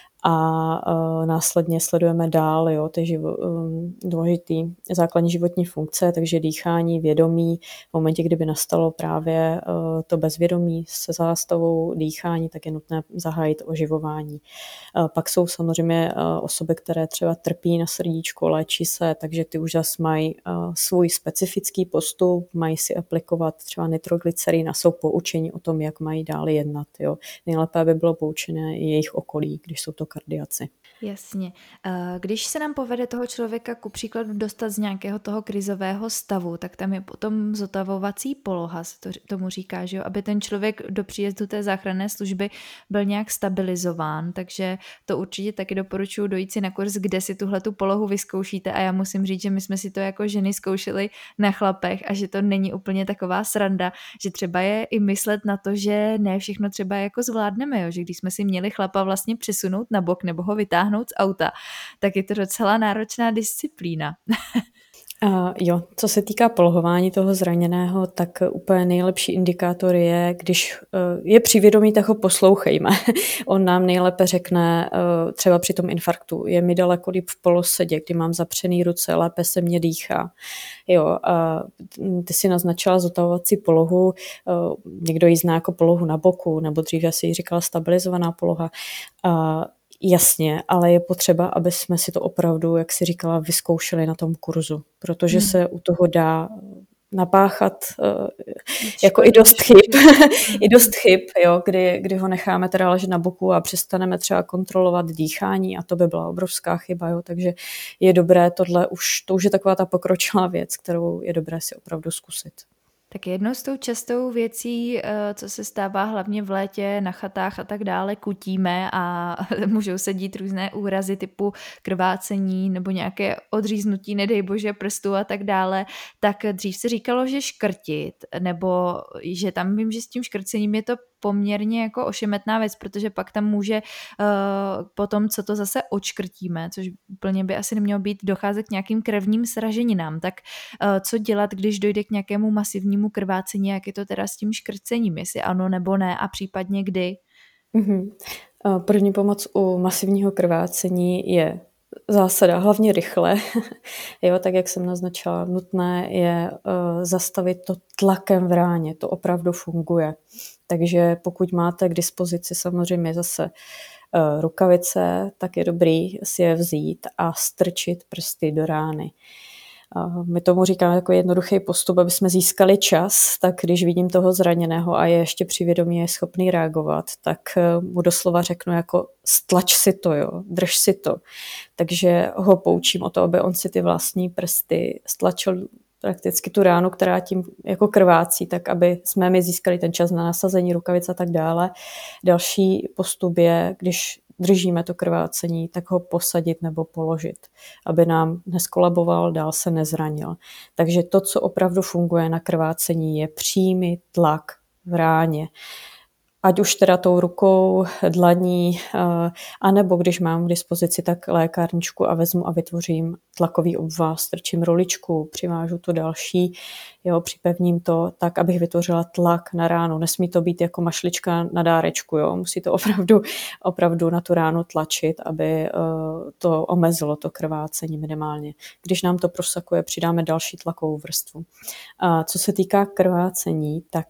S2: a následně sledujeme dál, jo, ty důležitý základní životní funkce, takže dýchání, vědomí. V momentě, kdyby nastalo právě to bezvědomí se zástavou dýchání, tak je nutné zahájit oživování. Pak jsou samozřejmě osoby, které třeba trpí na srdíčko, léčí se, takže ty už zase mají svůj specifický postup, mají si aplikovat třeba nitroglycerin a jsou poučení o tom, jak mají dále jednat. Jo. Nejlépe by bylo poučené i jejich okolí, když jsou to kardiaci.
S1: Jasně. Když se nám povede toho člověka ku příkladu dostat z nějakého toho krizového stavu, tak tam je potom zotavovací poloha, se tomu říká, že jo? Aby ten člověk do příjezdu té záchranné služby byl nějak stabilizován, takže to určitě taky doporučuji dojít si na kurz, kde si tuhletu polohu vyzkoušíte a já musím říct, že my jsme si to jako ženy zkoušeli na chlapech a že to není úplně taková sranda, že třeba je i myslet na to, že ne všechno třeba jako zvládneme, jo? Že když jsme si měli chlapa vlastně přesunout na bok nebo ho vytáhnout vytáhnout z auta, tak je to docela náročná disciplína.
S2: Jo, co se týká polohování toho zraněného, tak úplně nejlepší indikátor je, když je při vědomí, tak ho poslouchejme. On nám nejlépe řekne třeba při tom infarktu, je mi daleko líp v polosedě, kdy mám zapřený ruce, lépe se mě dýchá. Jo, a ty si naznačila zotavovací polohu, někdo ji zná jako polohu na boku, nebo dříve si ji říkala stabilizovaná poloha. Jasně, ale je potřeba, aby jsme si to opravdu, jak si říkala, vyzkoušeli na tom kurzu, protože se u toho dá napáchat jako i dost chyb, jo, kdy ho necháme teda ležet na boku a přestaneme třeba kontrolovat dýchání a to by byla obrovská chyba, jo, takže je dobré to už je taková ta pokročilá věc, kterou je dobré si opravdu zkusit.
S1: Tak jednou z tou častou věcí, co se stává hlavně v létě na chatách a tak dále, kutíme a můžou se dít různé úrazy typu krvácení nebo nějaké odříznutí, nedej bože, prstu a tak dále, tak dřív se říkalo, že škrtit, nebo že tam vím, že s tím škrcením je to poměrně jako ošemetná věc, protože pak tam může potom, co to zase odškrtíme, což úplně by asi nemělo být docházet k nějakým krevním sraženinám, tak co dělat, když dojde k nějakému masivnímu krvácení, jak je to teda s tím škrcením, jestli ano nebo ne a případně kdy?
S2: První pomoc u masivního krvácení je zásada, hlavně rychle. Jo, tak jak jsem naznačila, nutné je zastavit to tlakem v ráně, to opravdu funguje. Takže pokud máte k dispozici samozřejmě zase rukavice, tak je dobrý si je vzít a strčit prsty do rány. My tomu říkáme jako jednoduchý postup, aby jsme získali čas, tak když vidím toho zraněného a je ještě při vědomí, je schopný reagovat, tak mu doslova řeknu jako stlač si to, jo, drž si to. Takže ho poučím o to, aby on si ty vlastní prsty stlačil prakticky tu ránu, která tím jako krvácí, tak aby jsme mi získali ten čas na nasazení rukavic a tak dále. Další postup je, když držíme to krvácení, tak ho posadit nebo položit, aby nám neskolaboval, dál se nezranil. Takže to, co opravdu funguje na krvácení, je přímý tlak v ráně. Ať už teda tou rukou, dlaní, anebo když mám k dispozici tak lékárničku a vezmu a vytvořím tlakový obvaz, strčím roličku, přivážu to další, jo, připevním to tak, abych vytvořila tlak na ránu. Nesmí to být jako mašlička na dárečku, jo. Musí to opravdu na tu ránu tlačit, aby to omezilo to krvácení minimálně. Když nám to prosakuje, přidáme další tlakovou vrstvu. Co se týká krvácení, tak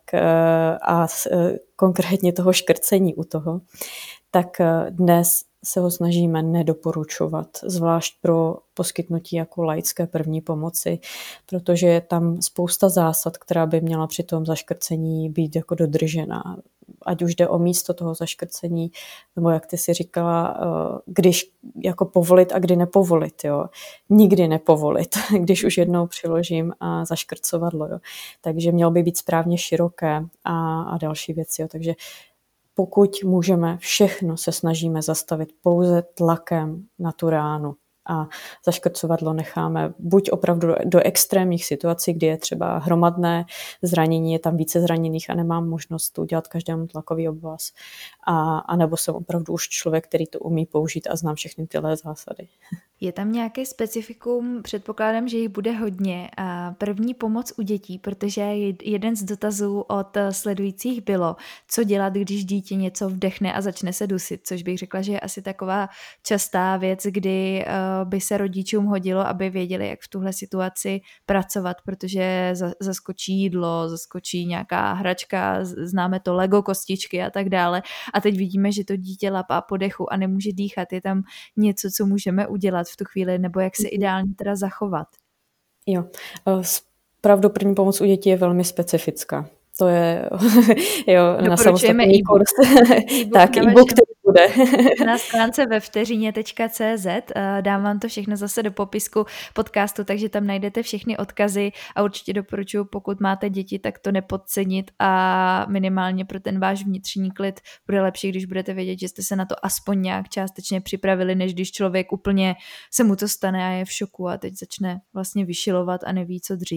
S2: konkrétně toho škrcení u toho, tak dnes se ho snažíme nedoporučovat, zvlášť pro poskytnutí jako laické první pomoci, protože je tam spousta zásad, která by měla při tom zaškrcení být jako dodržena. Ať už jde o místo toho zaškrcení, nebo jak ty si říkala, když jako povolit a kdy nepovolit. Jo. Nikdy nepovolit, když už jednou přiložím a zaškrcovadlo. Jo. Takže mělo by být správně široké a další věci. Jo. Takže pokud můžeme, všechno se snažíme zastavit pouze tlakem na tu ránu a zaškrcovadlo necháme buď opravdu do extrémních situací, kdy je třeba hromadné zranění, je tam více zraněných a nemám možnost udělat každému tlakový obvaz. A nebo jsem opravdu už člověk, který to umí použít a znám všechny tyhle zásady.
S1: Je tam nějaké specifikum, předpokládám, že jich bude hodně. První pomoc u dětí, protože jeden z dotazů od sledujících bylo, co dělat, když dítě něco vdechne a začne se dusit, což bych řekla, že je asi taková častá věc, kdy by se rodičům hodilo, aby věděli, jak v tuhle situaci pracovat, protože zaskočí jídlo, zaskočí nějaká hračka, známe to Lego kostičky a tak dále. A teď vidíme, že to dítě lapá po dechu a nemůže dýchat. Je tam něco, co můžeme udělat v tu chvíli, nebo jak se ideálně teda zachovat?
S2: Jo, pravdu první pomoc u dětí je velmi specifická. To je na samostatný kurz. Tak, e-book, který bude.
S1: Na stránce vevteřině.cz dám vám to všechno zase do popisku podcastu, takže tam najdete všechny odkazy a určitě doporučuji, pokud máte děti, tak to nepodcenit a minimálně pro ten váš vnitřní klid bude lepší, když budete vědět, že jste se na to aspoň nějak částečně připravili, než když člověk úplně se mu to stane a je v šoku a teď začne vlastně vyšilovat a neví, co dřív.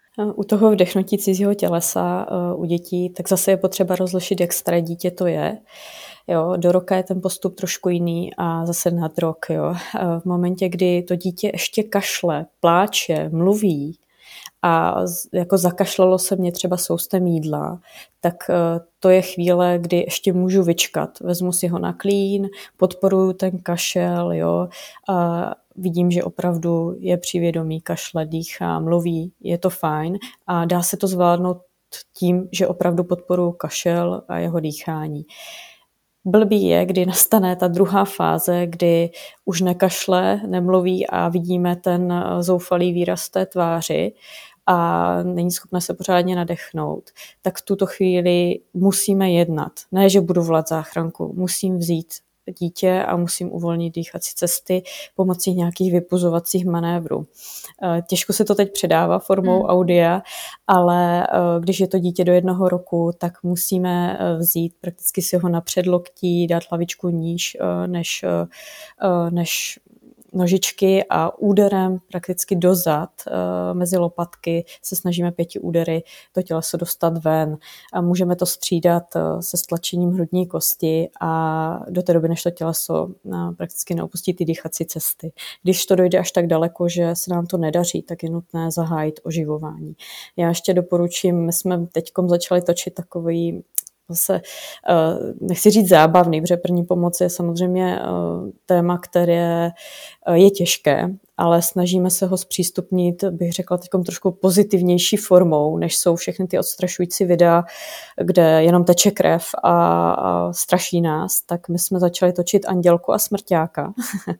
S2: U toho vdechnutí cizího tělesa u dětí, tak zase je potřeba rozlišit, jak staré dítě to je. Jo, do roka je ten postup trošku jiný a zase nad rok. Jo. V momentě, kdy to dítě ještě kašle, pláče, mluví a jako zakašlalo se mě třeba soustem jídla, tak to je chvíle, kdy ještě můžu vyčkat. Vezmu si ho na klín, podporuju ten kašel, jo, a vidím, že opravdu je při vědomí, kašle, dýchá, mluví, je to fajn a dá se to zvládnout tím, že opravdu podporuju kašel a jeho dýchání. Blbý je, kdy nastane ta druhá fáze, kdy už nekašle, nemluví a vidíme ten zoufalý výraz té tváři a není schopna se pořádně nadechnout, tak v tuto chvíli musíme jednat. Ne, že budu volat záchranku, musím vzít dítě a musím uvolnit dýchací cesty pomocí nějakých vypuzovacích manévrů. Těžko se to teď předává formou audia, ale když je to dítě do 1 roku, tak musíme vzít, prakticky si ho na předloktí, dát hlavičku níž než nožičky a úderem prakticky dozad mezi lopatky se snažíme 5 údery to těleso dostat ven. A můžeme to střídat se stlačením hrudní kosti a do té doby, než to těleso prakticky neopustí ty dýchací cesty. Když to dojde až tak daleko, že se nám to nedaří, tak je nutné zahájit oživování. Já ještě doporučím, my jsme teďkom začali točit takový zase nechci říct zábavný, protože první pomoc je samozřejmě téma, které je těžké, ale snažíme se ho zpřístupnit, bych řekla teďkom trošku pozitivnější formou, než jsou všechny ty odstrašující videa, kde jenom teče krev a straší nás, tak my jsme začali točit Andělku a smrťáka.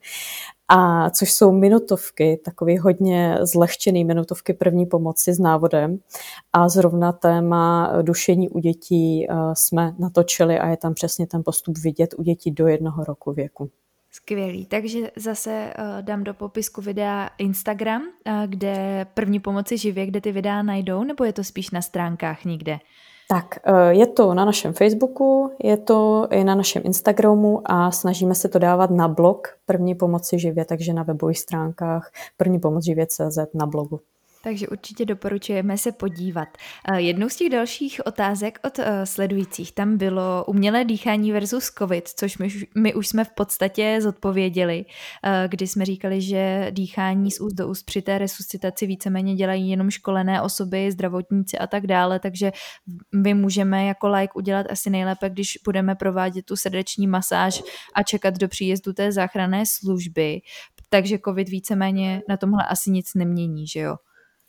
S2: A což jsou minutovky, takový hodně zlehčený minutovky první pomoci s návodem. A zrovna téma dušení u dětí jsme natočili a je tam přesně ten postup vidět u dětí do 1 roku věku.
S1: Skvělý, takže zase dám do popisku videa Instagram, kde první pomoci živě, kde ty videa najdou, nebo je to spíš na stránkách někde?
S2: Tak, je to na našem Facebooku, je to i na našem Instagramu a snažíme se to dávat na blog První pomoci živě, takže na webových stránkách prvnípomocživě.cz na blogu.
S1: Takže určitě doporučujeme se podívat. Jednou z těch dalších otázek od sledujících tam bylo umělé dýchání versus covid, což my už jsme v podstatě zodpověděli, kdy jsme říkali, že dýchání z úst do úst při té resuscitaci víceméně dělají jenom školené osoby, zdravotníci a tak dále, takže my můžeme jako laik udělat asi nejlépe, když budeme provádět tu srdeční masáž a čekat do příjezdu té záchranné služby, takže covid víceméně na tomhle asi nic nemění, že jo?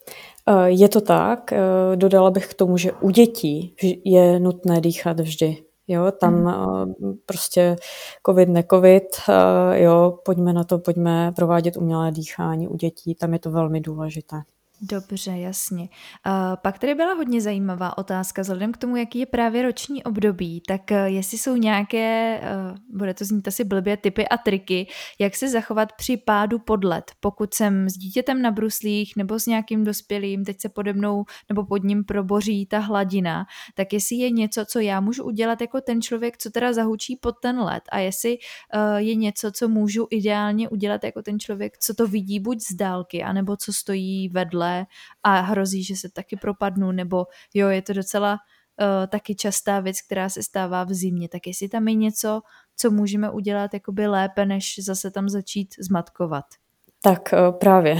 S2: Je to tak, dodala bych k tomu, že u dětí je nutné dýchat vždy. Jo, tam prostě covid, necovid, jo, pojďme na to, pojďme provádět umělé dýchání u dětí, tam je to velmi důležité.
S1: Dobře, jasně. Pak tady byla hodně zajímavá otázka, vzhledem k tomu, jaký je právě roční období, tak jestli jsou nějaké, bude to znít asi blbě, tipy a triky, jak se zachovat při pádu pod led. Pokud jsem s dítětem na bruslích nebo s nějakým dospělým, teď se pode mnou nebo pod ním proboří ta hladina, tak jestli je něco, co já můžu udělat jako ten člověk, co teda zahučí pod ten led, a jestli je něco, co můžu ideálně udělat jako ten člověk, co to vidí buď z dálky, anebo co stojí vedle a hrozí, že se taky propadnu, nebo jo, je to docela taky častá věc, která se stává v zimě. Tak jestli tam je něco, co můžeme udělat jakoby lépe, než zase tam začít zmatkovat.
S2: Tak právě.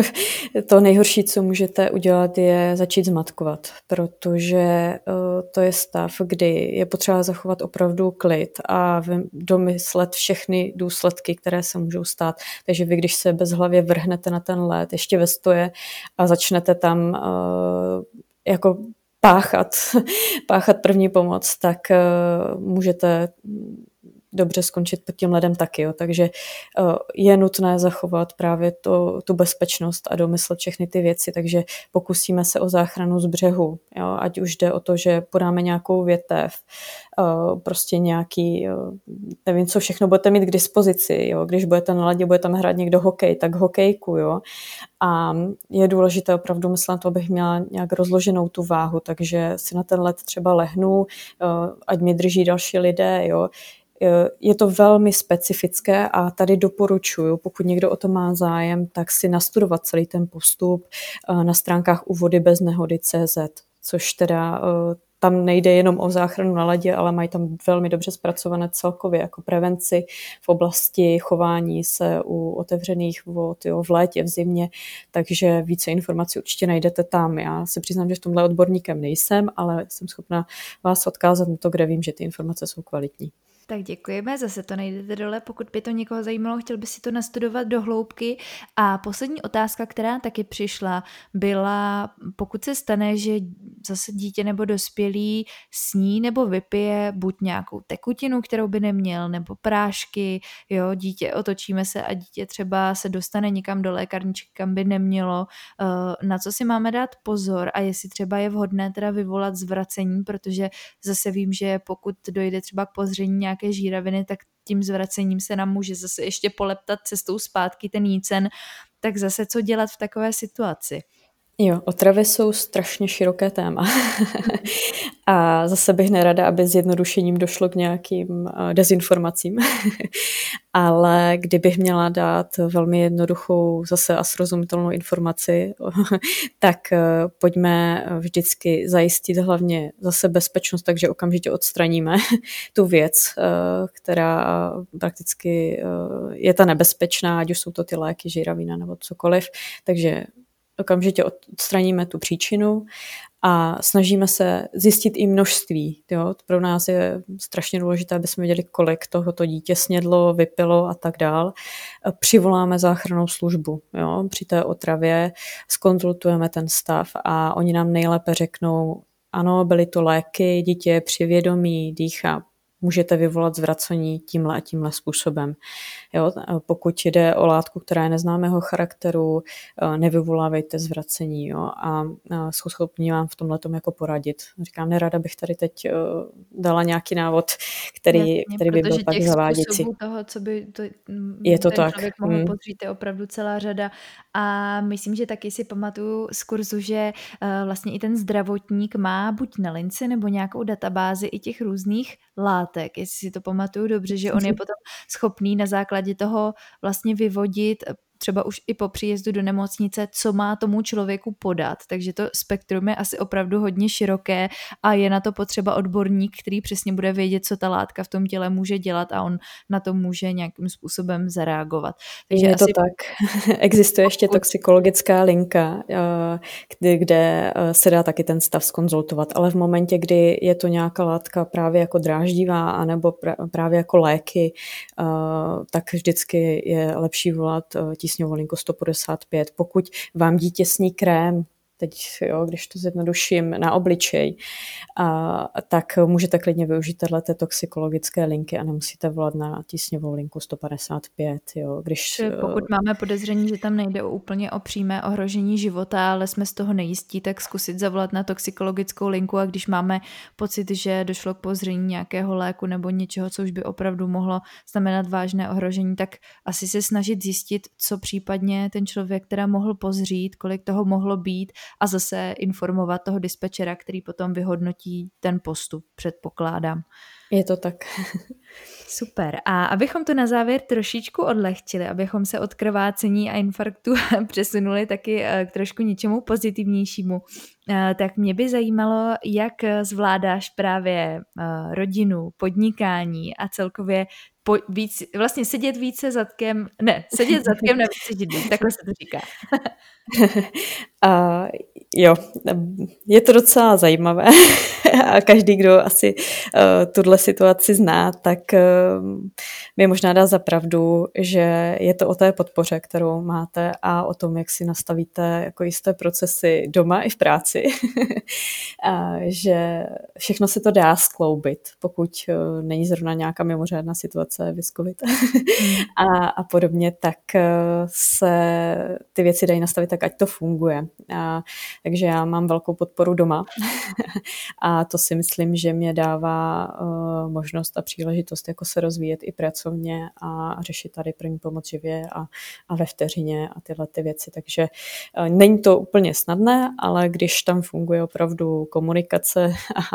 S2: To nejhorší, co můžete udělat, je začít zmatkovat, protože to je stav, kdy je potřeba zachovat opravdu klid a domyslet všechny důsledky, které se můžou stát. Takže vy, když se bezhlavě vrhnete na ten led, ještě ve stoje a začnete tam jako páchat první pomoc, tak můžete dobře skončit pod tím ledem taky. Jo. Takže je nutné zachovat právě tu bezpečnost a domyslet všechny ty věci. Takže pokusíme se o záchranu z břehu. Jo. Ať už jde o to, že podáme nějakou větev, prostě nějaký, nevím, co všechno budete mít k dispozici. Jo. Když budete na ledě, bude tam hrát někdo hokej, tak hokejku. Jo. A je důležité opravdu myslet na to, abych měla nějak rozloženou tu váhu, takže si na ten led třeba lehnu, ať mi drží další lidé, jo. Je to velmi specifické a tady doporučuji, pokud někdo o to má zájem, tak si nastudovat celý ten postup na stránkách uvody-bez-nehody.cz, což teda tam nejde jenom o záchranu na ledě, ale mají tam velmi dobře zpracované celkově jako prevenci v oblasti chování se u otevřených vod, v létě, v zimě, takže více informací určitě najdete tam. Já se přiznám, že v tomhle odborníkem nejsem, ale jsem schopna vás odkázat na to, kde vím, že ty informace jsou kvalitní.
S1: Tak děkujeme, zase to najdete dole, pokud by to někoho zajímalo, chtěl by si to nastudovat do hloubky. A poslední otázka, která taky přišla, byla, pokud se stane, že zase dítě nebo dospělý sní nebo vypije buď nějakou tekutinu, kterou by neměl, nebo prášky, jo, dítě, otočíme se a dítě třeba se dostane někam do lékárničky, kam by nemělo, na co si máme dát pozor a jestli třeba je vhodné teda vyvolat zvracení, protože zase vím, že pokud dojde třeba k pozření nějaké žíraviny, tak tím zvracením se nám může zase ještě poleptat cestou zpátky ten jícen, tak zase co dělat v takové situaci?
S2: Jo, otravy jsou strašně široké téma. A zase bych nerada, aby zjednodušením došlo k nějakým dezinformacím. Ale kdybych měla dát velmi jednoduchou zase a srozumitelnou informaci, tak pojďme vždycky zajistit hlavně zase bezpečnost, takže okamžitě odstraníme tu věc, která prakticky je ta nebezpečná, ať už jsou to ty léky, žíravina nebo cokoliv. Takže okamžitě odstraníme tu příčinu a snažíme se zjistit i množství. Jo? Pro nás je strašně důležité, aby jsme věděli, kolik tohoto dítě snědlo, vypilo a tak dál. Přivoláme záchrannou službu. Jo? Při té otravě zkonzultujeme ten stav a oni nám nejlépe řeknou, ano, byly to léky, dítě je při vědomí, dýchá, můžete vyvolat zvracení tímhle a tímhle způsobem. Jo? Pokud jde o látku, která je neznámého charakteru, nevyvolávejte zvracení. Jo? A jsou schopni vám v tomhletom jako poradit. Říkám, nerada bych tady teď dala nějaký návod, který by byl pak zavádějící.
S1: Toho, co by
S2: je to
S1: ten
S2: tak.
S1: Člověk mohl podřít, je opravdu celá řada. A myslím, že taky si pamatuju z kurzu, že vlastně i ten zdravotník má buď na lince nebo nějakou databázi i těch různých látek, jestli si to pamatuju dobře, že on je potom schopný na základě toho vlastně vyvodit třeba už i po příjezdu do nemocnice, co má tomu člověku podat. Takže to spektrum je asi opravdu hodně široké a je na to potřeba odborník, který přesně bude vědět, co ta látka v tom těle může dělat a on na to může nějakým způsobem zareagovat.
S2: Takže je to tak. Existuje ještě toxikologická linka, kde se dá taky ten stav zkonzultovat, ale v momentě, kdy je to nějaká látka právě jako dráždivá anebo právě jako léky, tak vždycky je lepší volat tísňovou linku 155. Pokud vám dítě sní krém, teď, jo, když to zjednoduším, na obličej, tak můžete klidně využít této toxikologické linky a nemusíte volat na tísňovou linku 155. Jo,
S1: pokud máme podezření, že tam nejde úplně o přímé ohrožení života, ale jsme z toho nejistí, tak zkusit zavolat na toxikologickou linku a když máme pocit, že došlo k pozření nějakého léku nebo něčeho, co už by opravdu mohlo znamenat vážné ohrožení, tak asi se snažit zjistit, co případně ten člověk teda mohl pozřít, kolik toho mohlo být a zase informovat toho dispečera, který potom vyhodnotí ten postup, předpokládám.
S2: Je to tak.
S1: Super. A abychom to na závěr trošičku odlehčili, abychom se od krvácení a infarktu přesunuli taky k trošku něčemu pozitivnějšímu, tak mě by zajímalo, jak zvládáš právě rodinu, podnikání a celkově vlastně sedět zadkem na více židlích, takhle se to říká.
S2: Jo, je to docela zajímavé a každý, kdo asi tuhle situaci zná, tak mi možná dá za pravdu, že je to o té podpoře, kterou máte a o tom, jak si nastavíte jako jisté procesy doma i v práci. A že všechno se to dá skloubit, pokud není zrovna nějaká mimořádná situace vyskovit a podobně, tak se ty věci dají nastavit tak, ať to funguje. Takže já mám velkou podporu doma a to si myslím, že mě dává možnost a příležitost jako se rozvíjet i pracovně a řešit tady první pomoc živě a ve vteřině a tyhle ty věci. Takže není to úplně snadné, ale když tam funguje opravdu komunikace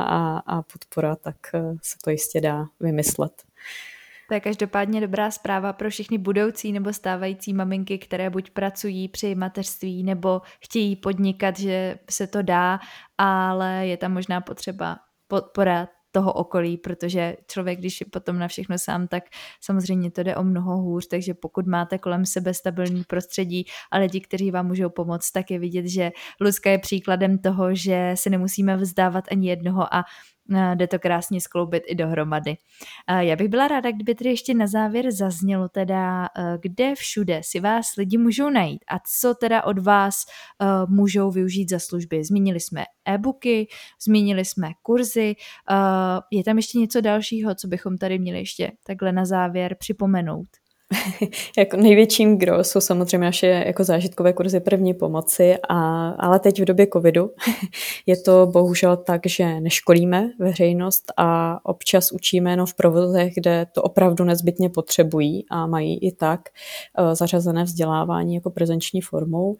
S2: a podpora, tak se to jistě dá vymyslet.
S1: To je každopádně dobrá zpráva pro všechny budoucí nebo stávající maminky, které buď pracují při mateřství nebo chtějí podnikat, že se to dá, ale je tam možná potřeba podpora toho okolí, protože člověk, když je potom na všechno sám, tak samozřejmě to jde o mnoho hůř, takže pokud máte kolem sebe stabilní prostředí a lidi, kteří vám můžou pomoct, tak je vidět, že Lucka je příkladem toho, že se nemusíme vzdávat ani jednoho a jde to krásně skloubit i dohromady. Já bych byla ráda, kdyby tedy ještě na závěr zaznělo teda, kde všude si vás lidi můžou najít a co teda od vás můžou využít za služby. Zmínili jsme e-booky, zmínili jsme kurzy, je tam ještě něco dalšího, co bychom tady měli ještě takhle na závěr připomenout?
S2: Jako největším gro jsou samozřejmě naše jako zážitkové kurzy první pomoci, ale teď v době covidu je to bohužel tak, že neškolíme veřejnost a občas učíme jenom v provozech, kde to opravdu nezbytně potřebují a mají i tak zařazené vzdělávání jako prezenční formou.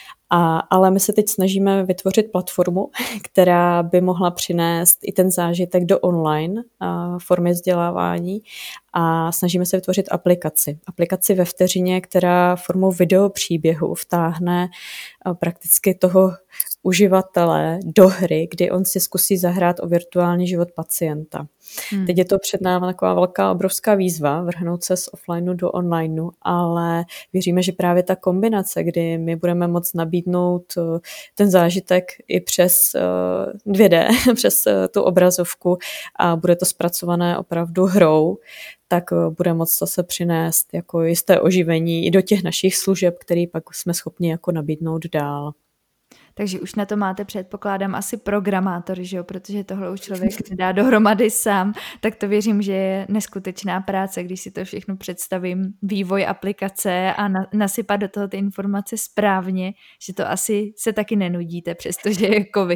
S2: Ale my se teď snažíme vytvořit platformu, která by mohla přinést i ten zážitek do online formy vzdělávání a snažíme se vytvořit aplikaci ve vteřině, která formou videopříběhu vtáhne prakticky toho uživatele do hry, kdy on si zkusí zahrát o virtuální život pacienta. Teď je to před námi taková velká, obrovská výzva vrhnout se z offlineu do onlineu, ale věříme, že právě ta kombinace, kdy my budeme moct nabídnout ten zážitek i přes 2D, přes tu obrazovku a bude to zpracované opravdu hrou, tak bude moct zase přinést jako jisté oživení i do těch našich služeb, které pak jsme schopni jako nabídnout dál.
S1: Takže už na to máte, předpokládám, asi programátory, že jo? Protože tohle už člověk nedá dohromady sám, tak to věřím, že je neskutečná práce, když si to všechno představím, vývoj aplikace a nasypat do toho ty informace správně, že to asi se taky nenudíte, přestože je covid.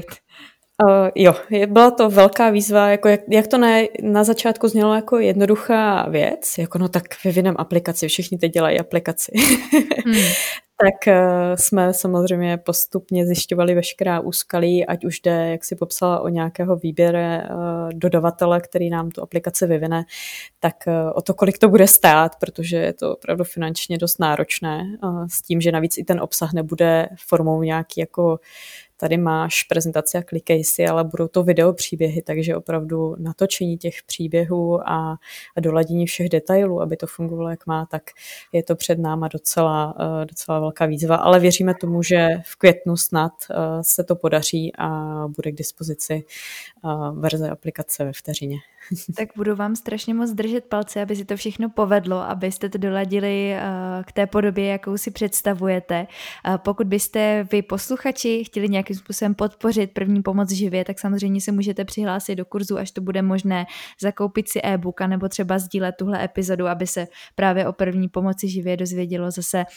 S2: Jo, byla to velká výzva, jako jak to na začátku znělo jako jednoduchá věc, jako no tak vyvinem aplikaci, všichni teď dělají aplikaci. Tak jsme samozřejmě postupně zjišťovali veškerá úskalí, ať už jde, jak si popsala, o nějakého výběru dodavatele, který nám tu aplikaci vyvine, tak o to, kolik to bude stát, protože je to opravdu finančně dost náročné, s tím, že navíc i ten obsah nebude formou nějaký jako tady máš prezentaci a klikej si, ale budou to videopříběhy, takže opravdu natočení těch příběhů a doladění všech detailů, aby to fungovalo jak má, tak je to před náma docela velká výzva, ale věříme tomu, že v květnu snad se to podaří a bude k dispozici verze aplikace ve vteřině.
S1: Tak budu vám strašně moc držet palce, aby si to všechno povedlo, abyste to doladili k té podobě, jakou si představujete. Pokud byste vy posluchači chtěli nějakým způsobem podpořit první pomoc živě, tak samozřejmě se můžete přihlásit do kurzu, až to bude možné, zakoupit si e-book nebo třeba sdílet tuhle epizodu, aby se právě o první pomoci živě dozvědělo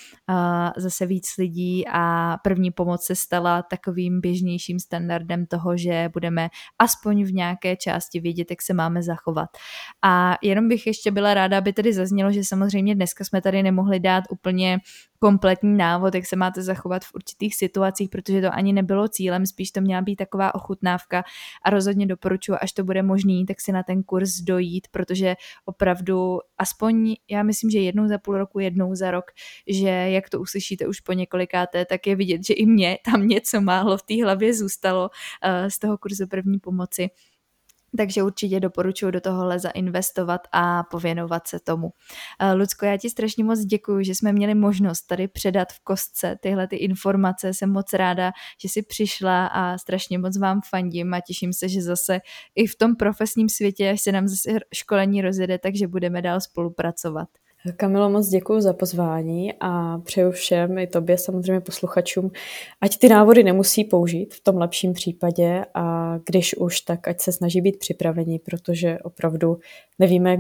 S1: zase víc lidí a první pomoc se stala takovým běžnějším standardem toho, že budeme aspoň v nějaké části vědět, jak se máme zachovat. A jenom bych ještě byla ráda, aby tedy zaznělo, že samozřejmě dneska jsme tady nemohli dát úplně kompletní návod, jak se máte zachovat v určitých situacích, protože to ani nebylo cílem, spíš to měla být taková ochutnávka a rozhodně doporučuji, až to bude možný, tak si na ten kurz dojít, protože opravdu aspoň já myslím, že jednou za půl roku, jednou za rok, že jak to uslyšíte už po několikáté, tak je vidět, že i mně tam něco málo v té hlavě zůstalo z toho kurzu první pomoci. Takže určitě doporučuji do tohohle zainvestovat a pověnovat se tomu. Lucko, já ti strašně moc děkuju, že jsme měli možnost tady předat v kostce tyhle ty informace. Jsem moc ráda, že jsi přišla a strašně moc vám fandím a těším se, že zase i v tom profesním světě, až se nám zase školení rozjede, takže budeme dál spolupracovat.
S2: Kamilo, moc děkuji za pozvání a přeju všem, i tobě samozřejmě posluchačům, ať ty návody nemusí použít v tom lepším případě a když už, tak ať se snaží být připraveni, protože opravdu nevíme,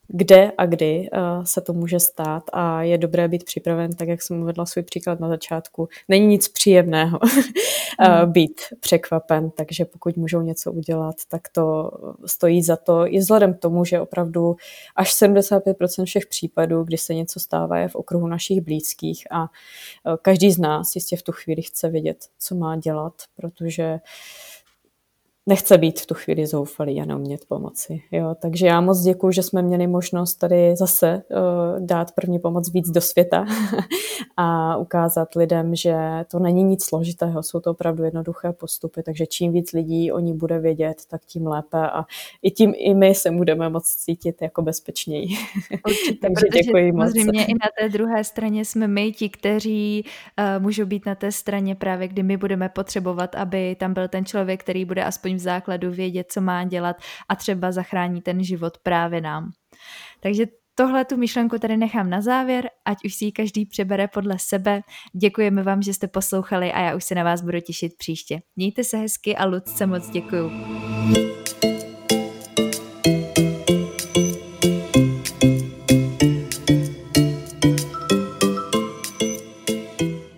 S2: kde a kdy se to může stát a je dobré být připraven, tak jak jsem uvedla svůj příklad na začátku. Není nic příjemného být překvapen, takže pokud můžou něco udělat, tak to stojí za to. I vzhledem k tomu, že opravdu až 75% všech případů, kdy se něco stává, je v okruhu našich blízkých a každý z nás jistě v tu chvíli chce vědět, co má dělat, protože nechce být v tu chvíli zoufalý a neumět pomoci. Jo, takže já moc děkuju, že jsme měli možnost tady zase dát první pomoc víc do světa a ukázat lidem, že to není nic složitého, jsou to opravdu jednoduché postupy, takže čím víc lidí o ní bude vědět, tak tím lépe a i tím i my se budeme moc cítit jako bezpečněji.
S1: Určitě,
S2: Takže děkuji moc.
S1: Samozřejmě i na té druhé straně jsme my ti, kteří můžou být na té straně právě, kdy my budeme potřebovat, aby tam byl ten člověk, který bude aspoň v základu vědět, co má dělat a třeba zachrání ten život právě nám. Takže tohle tu myšlenku tady nechám na závěr, ať už si ji každý přebere podle sebe. Děkujeme vám, že jste poslouchali a já už se na vás budu těšit příště. Mějte se hezky a Lucce moc děkuju.